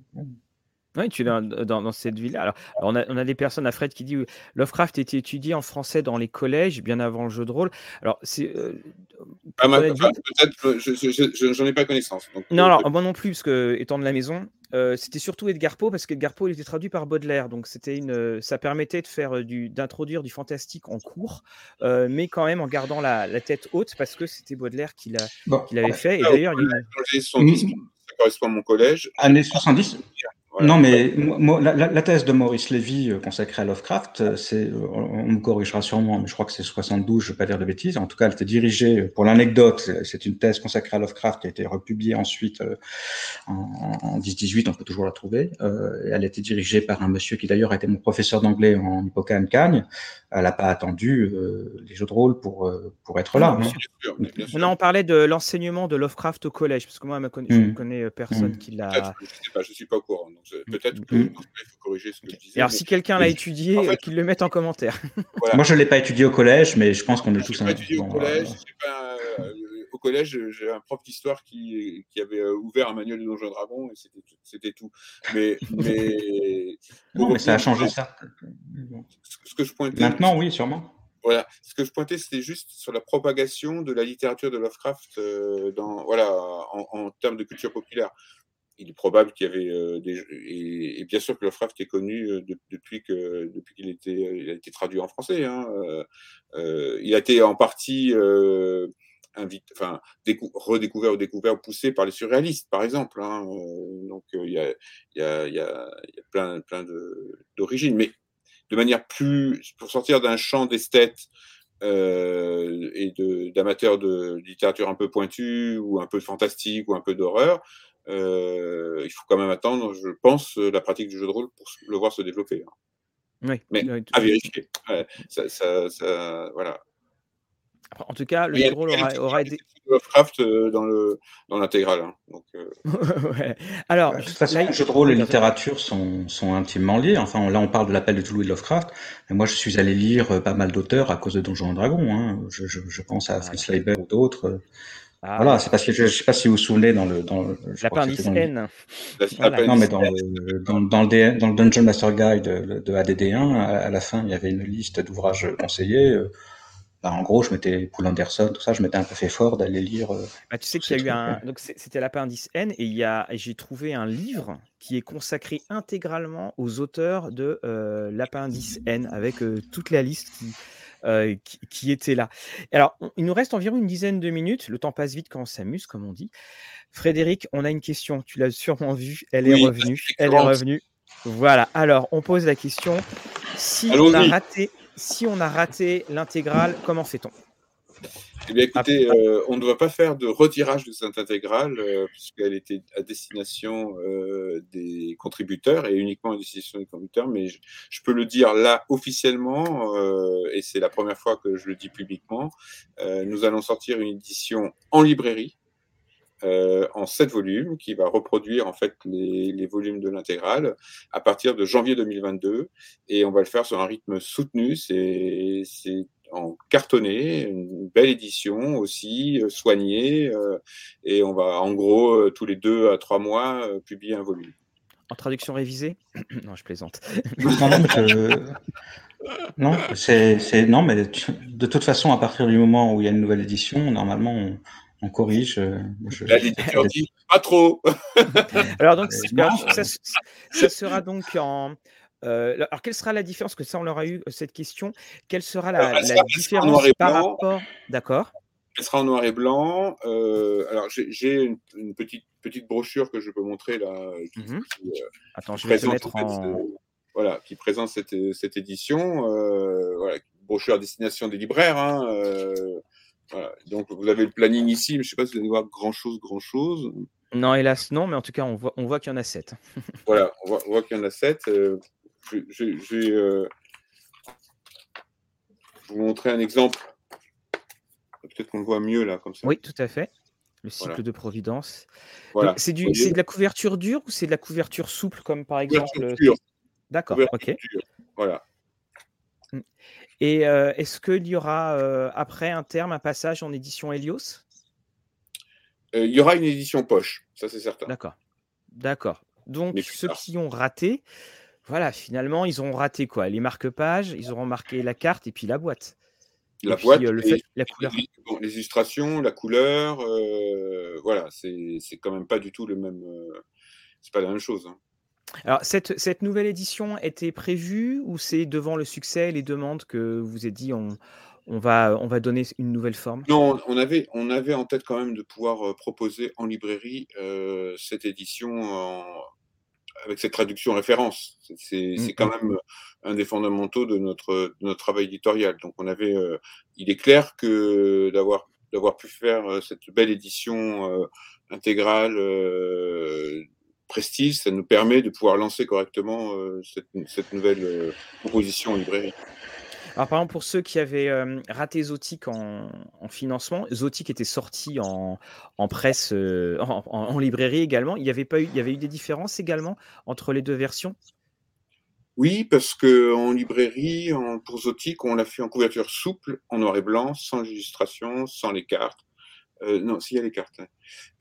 Oui, tu es dans, dans, dans cette ville-là. Alors, alors on, a, on a des personnes à Fred qui dit euh, Lovecraft était étudié en français dans les collèges bien avant le jeu de rôle. Alors, c'est euh, Ah, pour ma- connaître enfin, bien. peut-être que je, je, je- je- j'en ai pas connaissance. Donc, Non, euh, alors moi non plus, parce que étant de la maison, euh, c'était surtout Edgar Poe, parce qu'Edgar Poe il était traduit par Baudelaire, donc c'était une, euh, ça permettait de faire euh, du, d'introduire du fantastique en cours, euh, mais quand même en gardant la, la tête haute, parce que c'était Baudelaire qui l'a, bon. qui l'avait fait. Et là, au d'ailleurs, il y a une. collège, dans les années soixante-dix, ça correspond à mon collège. Années soixante-dix. Voilà. Non, mais moi, la, la- la thèse de Maurice Lévy euh, consacrée à Lovecraft, euh, c'est, euh, on me corrigera sûrement, mais je crois que c'est soixante-douze, je ne vais pas dire de bêtises. En tout cas, elle était dirigée, euh, pour l'anecdote, c'est- c'est une thèse consacrée à Lovecraft qui a été republiée ensuite euh, en, en dix dix-huit, on peut toujours la trouver. Euh, et elle a été dirigée par un monsieur qui d'ailleurs a été mon professeur d'anglais en Hippocane Cagne. Elle n'a pas attendu euh, les jeux de rôle pour, euh, pour être Ah là. non, bien hein. sûr. Bien sûr, mais bien sûr. Non, on parlait de l'enseignement de Lovecraft au collège, parce que moi, ma conna- je ne Mm. connais euh, personne Mm. qui Peut-être, l'a. je sais pas, je suis pas au courant. Donc, je- peut-être que Mm. dans ce cas, il faut corriger ce que je Et disais. alors, Mais si quelqu'un l'a étudié, en euh, fait, qu'il le mette en commentaire. voilà. Moi, je ne l'ai pas étudié au collège, mais je pense qu'on est J'ai tous pas un. étudié au bon, collège. euh, j'ai pas, euh, au collège, j'ai un prof d'histoire qui, qui avait euh, ouvert un manuel de Donjons et Dragons et c'était tout. C'était tout. Mais, mais pour Non, mais ça a revenir, changé non, ça. ce ce que je pointais, Maintenant, oui, sûrement. voilà, ce que je pointais, c'était juste sur la propagation de la littérature de Lovecraft euh, dans, voilà, en, en termes de culture populaire. Il est probable qu'il y avait euh, des et, et bien sûr que Lovecraft est connu euh, de- depuis que depuis qu'il était il a été traduit en français. Hein. Euh, euh, il a été en partie euh, invité, enfin décou- redécouvert ou découvert ou poussé par les surréalistes, par exemple. Hein. Euh, donc euh, il y a il y a il y a, il y a plein plein de d'origines, mais de manière plus pour sortir d'un champ d'esthète euh, et de, d'amateurs de littérature un peu pointue ou un peu de fantastique ou un peu d'horreur, euh, il faut quand même attendre, je pense, la pratique du jeu de rôle pour le voir se développer. Hein. Oui. Mais Oui, tout- à vérifier. Ouais, ça, ça, ça, voilà. En tout cas, le Il y jeu a, de rôle il y a une aura, petite aura part aidé. de Lovecraft euh, dans le dans l'intégrale. Hein. Donc, euh, Ouais. Alors, Bah, de toute juste façon, là, le jeu de rôle oui, et pardon. littérature sont, sont intimement liés. Enfin, là, on parle de l'appel de Toulouse de Lovecraft. Mais moi, je suis allé lire euh, pas mal d'auteurs à cause de Donjons et Dragons. Hein. Je, je, je pense à Voilà. Fritz Leiber ou d'autres. Ah, Voilà, c'est parce d'accord. que je ne sais pas si vous vous souvenez dans le, dans le, je crois que c'était L'appendice dans le, N. là, Voilà. non, mais l'appendice dans le, dans, dans le, D- dans le Dungeon Master Guide de, de A D D un, à, à la fin, il y avait une liste d'ouvrages conseillés. Euh, bah, en gros, je m'étais, Poul Anderson, tout ça, je m'étais un peu fait fort d'aller lire euh, Bah, tu sais tous qu'il ces y a eu trucs. un. Donc, c'est- c'était l'appendice N, et il y a... et j'ai trouvé un livre qui est consacré intégralement aux auteurs de euh, l'appendice N, avec euh, toute la liste qui, euh, qui, qui était là. Alors, on- il nous reste environ une dizaine de minutes. Le temps passe vite quand on s'amuse, comme on dit. Frédéric, on a une question. Tu l'as sûrement vue. Elle est Oui, revenue. c'est Elle est récurrent. revenue. Voilà. Alors, on pose la question. Si on a Allons-y. raté, si on a raté l'intégrale, comment fait-on? Eh bien, Ah, écoutez, euh, on ne doit pas faire de retirage de cette intégrale, euh, puisqu'elle était à destination euh, des contributeurs et uniquement à destination des contributeurs. Mais je, je peux le dire là officiellement, euh, et c'est la première fois que je le dis publiquement. Euh, nous allons sortir une édition en librairie. Euh, en sept volumes, qui va reproduire en fait les, les volumes de l'intégrale à partir de janvier deux mille vingt-deux, et on va le faire sur un rythme soutenu. C'est, c'est en cartonné, une belle édition aussi, euh, soignée, euh, et on va en gros euh, tous les deux à trois mois euh, publier un volume. En traduction révisée? Non, je plaisante. Non, non, mais je, non, c'est, c'est, non, mais tu- de toute façon, à partir du moment où il y a une nouvelle édition, normalement, on, on corrige. euh, moi, je- Là, je- l'éditeur dit pas trop. Alors, donc, Euh, c- non, alors, ça, s- ça sera donc en. euh, alors, quelle sera la différence? Que ça, on leur a eu euh, cette question. Quelle sera Alors, la, elle la sera, elle sera en noir différence et par blanc. rapport. D'accord. Elle sera en noir et blanc. Euh, alors, j'ai, j'ai une, une petite, petite brochure que je peux montrer là, euh, qui, Mhm. qui, euh, Attends, qui je vais te présente en mettre fait, en. euh, voilà, qui présente cette, cette édition. Euh, voilà, brochure à destination des libraires. Hein, euh, voilà. Donc, vous avez le planning ici, mais je ne sais pas si vous allez voir grand chose, grand chose. Non, hélas, non, mais en tout cas, on voit, on voit qu'il y en a sept. Voilà, on voit, on voit qu'il y en a sept. Euh, je, je, je vais euh, vous montrer un exemple. Peut-être qu'on le voit mieux là, comme ça. Oui, tout à fait. Le cycle Voilà. de Providence. Voilà. Donc, c'est Vous du, voyez, c'est de la couverture dure ou c'est de la couverture souple, comme par exemple. couverture euh, dure. D'accord, Couverture ok. dure. Voilà. Et euh, est-ce qu'il y aura euh, après un terme, un passage en édition Helios? Euh, il y aura une édition poche, ça c'est certain. D'accord, d'accord. Donc Mais plus ceux tard. qui ont raté, voilà, finalement, ils auront raté quoi? Les marque-pages, ils auront marqué la carte et puis la boîte. Et La puis, boîte heu, le et fait la les couleur. les bon, les illustrations, la couleur, heu, voilà, c'est c'est quand même pas du tout le même, heu, c'est pas la même chose, hein. Alors cette cette nouvelle édition était prévue ou c'est devant le succès et les demandes que vous vous êtes dit: «On on va on va donner une nouvelle forme»? Non, on avait on avait en tête quand même de pouvoir, heu, proposer en librairie, heu, cette édition en avec cette traduction référence. C'est c'est Mmh c'est quand mh. même, heu, un des fondamentaux de notre, de notre travail éditorial. Donc on avait, heu, il est clair que d'avoir d'avoir pu faire, heu, cette belle édition, heu, intégrale, heu, prestige, ça nous permet de pouvoir lancer correctement, heu, cette cette nouvelle, heu, proposition en librairie. Alors par exemple pour ceux qui avaient, hem, raté Zotic en en financement, Zotic était sorti en en presse, heu, en en en librairie également. Il y avait pas eu il y avait eu des différences également entre les deux versions? Oui, parce qu'en librairie, en pour Zotic, on l'a fait en couverture souple, en noir et blanc, sans illustration, sans les cartes. Heu, non, si, il y a les cartes, ouais.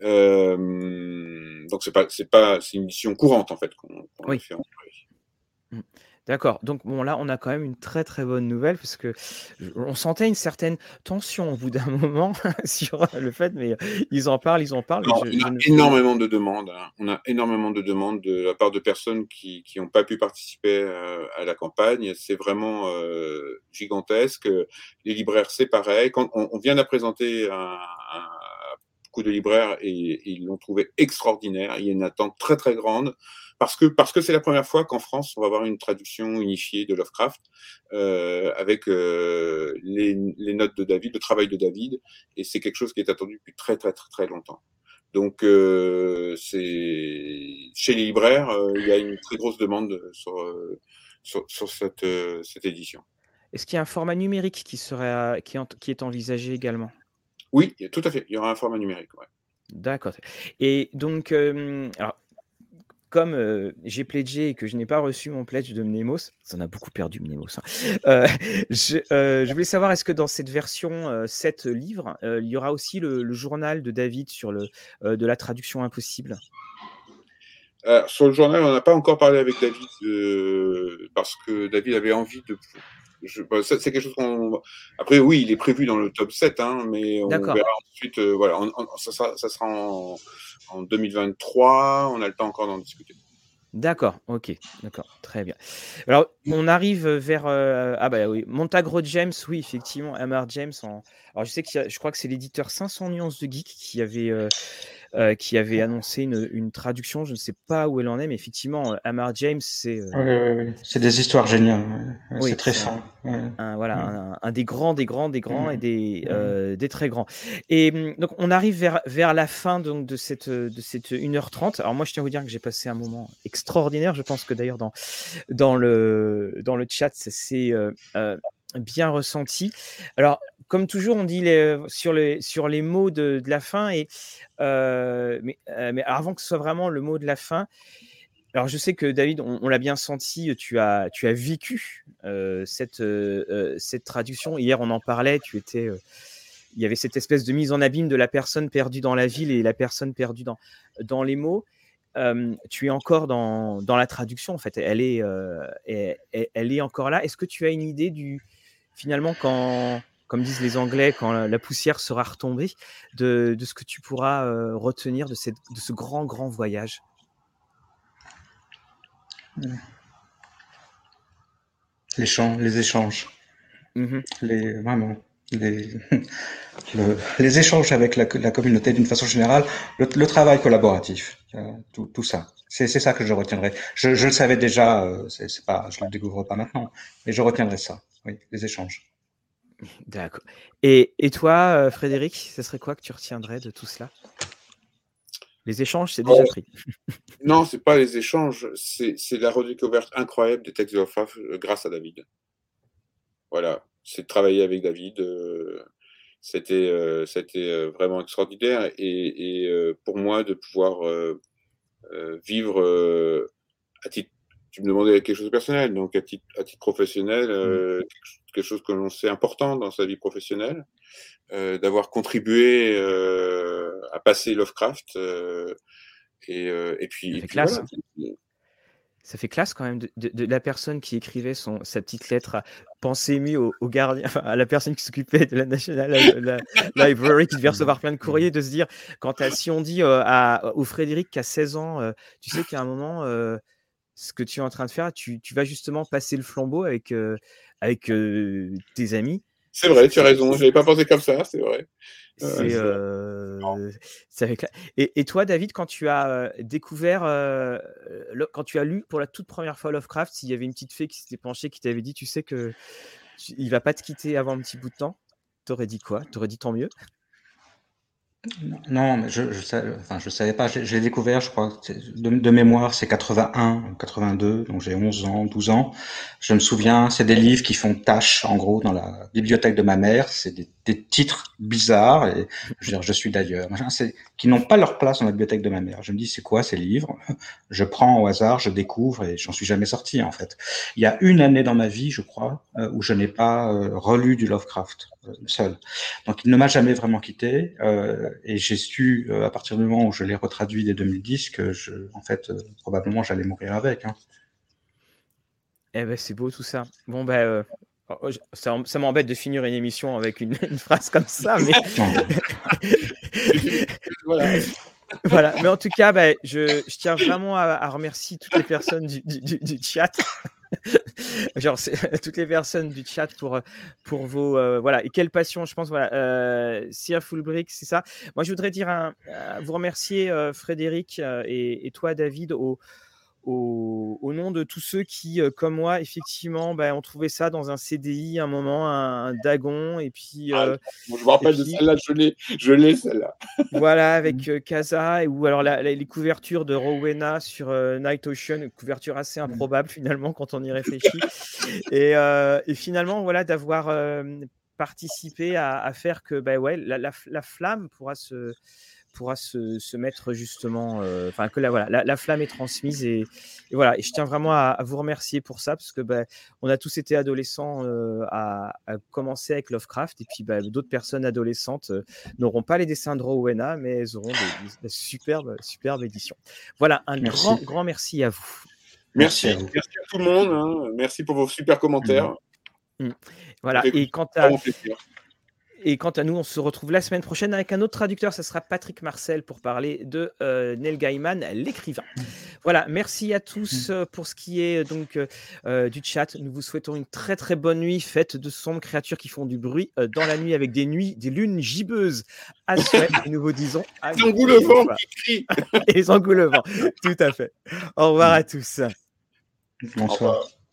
Hem, donc c'est pas c'est pas c'est une édition courante, en fait, qu'on qu'on a Oui. fait en librairie. Mmh. D'accord, donc bon là, on a quand même une très, très bonne nouvelle parce que j on sentait une certaine tension au bout d'un moment sur le fait mais, heu, ils en parlent, ils en parlent, mais Non, je on je a ne énormément de demandes, hein. On a énormément de demandes de la part de personnes qui qui ont pas pu participer, heu, à la campagne. C'est vraiment, heu, gigantesque, heu, les libraires, c'est pareil. Quand on on vient de la présenter à à beaucoup de libraires et et ils l'ont trouvé extraordinaire. Il y a une attente très, très grande parce que parce que c'est la première fois qu'en France, on va avoir une traduction unifiée de Lovecraft, heu, avec, heu, les les notes de David, le travail de David, et c'est quelque chose qui est attendu depuis très, très, très, très longtemps. Donc, heu, c'est chez les libraires, heu, il y a une très grosse demande sur, heu, sur sur cette, heu, cette édition. Est-ce qu'il y a un format numérique qui serait à qui est ent qui est envisagé également? Oui, tout à fait, il y aura un format numérique, ouais. D'accord et donc, hem, alors comme, heu, j'ai pledgé et que je n'ai pas reçu mon pledge de Mnemos, ça en a beaucoup perdu Mnemos, hein. Heu, je, heu, je voulais savoir est-ce que dans cette version, heu, sept livres, heu, il y aura aussi le le journal de David sur le, heu, de la traduction impossible? Heu, sur le journal, on n'a pas encore parlé avec David, heu, parce que David avait envie de pou je bah, ça, c'est quelque chose qu'on après oui, il est prévu dans le top sept, hein, mais on D'accord. verra ensuite, heu, voilà, en en ça sera ça sera en en deux mille vingt-trois, on a le temps encore d'en discuter. D'accord, OK, d'accord, très bien. Alors, on arrive, vers, heu, ah bah, oui, Montagro James, oui, effectivement, Hammer James en alors je sais qu'il y a je crois que c'est l'éditeur cinq cents nuances de geek qui avait, heu heu, qui avait annoncé une, une traduction. Je ne sais pas où elle en est, mais effectivement, heu, Hammer James, c'est, heu, Oui, oui, oui. C'est des histoires géniales. Ouais. Ouais, c'est oui, très c'est un fin. Ouais. un voilà, Ouais. un un des grands, des grands, des grands et Ouais. des, Ouais. heu, des très grands et mmh, donc on arrive vers vers la fin donc de cette, heu, de cette une heure trente. Alors moi, je tiens à vous dire que j'ai passé un moment extraordinaire. Je pense que d'ailleurs dans dans le dans le chat, ça s'est, heu heu, bien ressenti. Alors, comme toujours, on dit les sur les sur les mots de de la fin et heu, mais heu, mais avant que ce soit vraiment le mot de la fin, alors je sais que David, on on l'a bien senti, tu as tu as vécu, heu, cette, heu heu, cette traduction. Hier, on en parlait, tu étais, heu, il y avait cette espèce de mise en abîme de la personne perdue dans la ville et la personne perdue dans dans les mots. Hem, tu es encore dans dans la traduction, en fait, elle est, heu, elle elle elle est encore là. Est-ce que tu as une idée du finalement quand comme disent les Anglais, quand la la poussière sera retombée, de de ce que tu pourras, heu, retenir de cette de ce grand, grand voyage? Les, champs, les échanges. Mmh mh. Les, vraiment. Les, le, les échanges avec la, la communauté d'une façon générale, le, le travail collaboratif, euh, tout, tout ça. C'est, c'est ça que je retiendrai. Je, je le savais déjà, euh, c'est, c'est pas, je le découvre pas maintenant, mais je retiendrai ça. Oui, les échanges. D'accord et et toi, heu, Frédéric, ce serait quoi que tu retiendrais de tout cela? Les échanges, c'est déjà Oh, pris. non, c'est pas les échanges, c'est c'est la redécouverte incroyable des textes de Lovecraft, heu, grâce à David. Voilà, c'est de travailler avec David, heu, c'était, heu, c'était, heu, vraiment extraordinaire et et heu, pour moi de pouvoir, heu heu, vivre, heu, à titre tu me demandais quelque chose de personnel, donc à titre, à titre professionnel, euh, Mmh. quelque chose que l'on sait important dans sa vie professionnelle, euh, d'avoir contribué euh, à passer Lovecraft, euh, et, euh, et puis, Ça et fait puis voilà. classe, hein. Ça fait classe quand même de, de- de la personne qui écrivait son, sa petite lettre à pensée émue au, au gardien, enfin, à la personne qui s'occupait de la National Li- la- Library, qui devait recevoir plein de courriers, de se dire, quand t'as- si on dit euh, à, au Frédéric qui a seize ans, euh, tu sais qu'à un moment, euh, ce que tu es en train de faire, tu, tu vas justement passer le flambeau avec, euh, avec euh, tes amis. C'est C'est vrai, tu as c'est- raison, je n'avais pas pensé comme ça, c'est vrai. Ouais, c'est, c'est vrai. euh, c'est avec la- et, et toi, David, quand tu as euh, découvert, euh, le- quand tu as lu pour la toute première fois Lovecraft, s'il y avait une petite fée qui s'était penchée, qui t'avait dit, tu sais que tu- il va pas te quitter avant un petit bout de temps, t'aurais dit quoi? T'aurais dit tant mieux? Non, mais je, je savais, enfin, je savais pas. J'ai j'ai découvert, je crois, c'est- de, de mémoire, c'est quatre-vingt-un, ou quatre-vingt-deux, donc j'ai onze ans, douze ans. Je me souviens, c'est des livres qui font tâche, en gros, dans la bibliothèque de ma mère. C'est des, des titres bizarres, et je veux dire, je suis d'ailleurs, machin, c'est qui n'ont pas leur place dans la bibliothèque de ma mère. Je me dis, c'est quoi ces livres? Je prends au hasard, je découvre, et j'en suis jamais sorti, en fait. Il y a une année dans ma vie, je crois, euh, où je n'ai pas euh, relu du Lovecraft euh, seul. Donc il ne m'a jamais vraiment quitté, euh, et j'ai su euh, à partir du moment où je l'ai retraduit dès deux mille dix que je, en fait, euh, probablement j'allais mourir avec. Hein. Eh ben, c'est beau tout ça. Bon, ben, euh, oh, je- ça, ça m'embête de finir une émission avec une, une phrase comme ça, mais Non. Voilà. voilà. Mais en tout cas, ben, je, je tiens vraiment à, à remercier toutes les personnes du, du, du- du chat. Genre, c'est, toutes les personnes du chat pour, pour vos. Euh, voilà. Et quelle passion, je pense. Voilà. Euh, Sia Fullbrick, c'est ça. Moi, je voudrais dire un, euh, vous remercier, euh, Frédéric, euh, et, et toi, David, au, au, au nom de tous ceux qui, euh, comme moi, effectivement, bah, ont trouvé ça dans un C D I, un moment, un, un Dagon, et puis, Ah, euh, bon, je me et rappelle de puis celle-là, je l'ai, je l'ai celle-là. voilà, avec euh, Casa, et, ou alors la- la- les couvertures de Rowena sur euh, Night Ocean, une couverture assez improbable finalement quand on y réfléchit. Et, euh, et finalement, voilà, d'avoir euh, participé à, à faire que bah, ouais, la, la, la flamme pourra se pourra se, se mettre justement, euh, enfin que la, voilà, la, la flamme est transmise, et, et voilà. Et je tiens vraiment à, à vous remercier pour ça, parce que bah, on a tous été adolescents euh, à, à commencer avec Lovecraft, et puis bah, d'autres personnes adolescentes euh, n'auront pas les dessins de Rowena, mais elles auront des, des, des superbes, superbes éditions. Voilà, un Merci. grand, grand merci à vous. Merci, Merci à vous. merci à tout le monde. Hein. Merci pour vos super commentaires. Mmh. Ça Voilà, fait et quant à, vraiment plaisir. Et quant à nous, on se retrouve la semaine prochaine avec un autre traducteur. Ce sera Patrick Marcel pour parler de euh, Neil Gaiman, l'écrivain. Voilà, merci à tous euh, pour ce qui est donc euh, euh, du chat. Nous vous souhaitons une très très bonne nuit, faite de sombres créatures qui font du bruit euh, dans la nuit, avec des nuits, des lunes gibbeuses à souhait. Et nous vous disons à C'est un une goût le prochaine vent fois. qui crie. Et les engoulevents, tout à fait. Au revoir à tous. Bonsoir.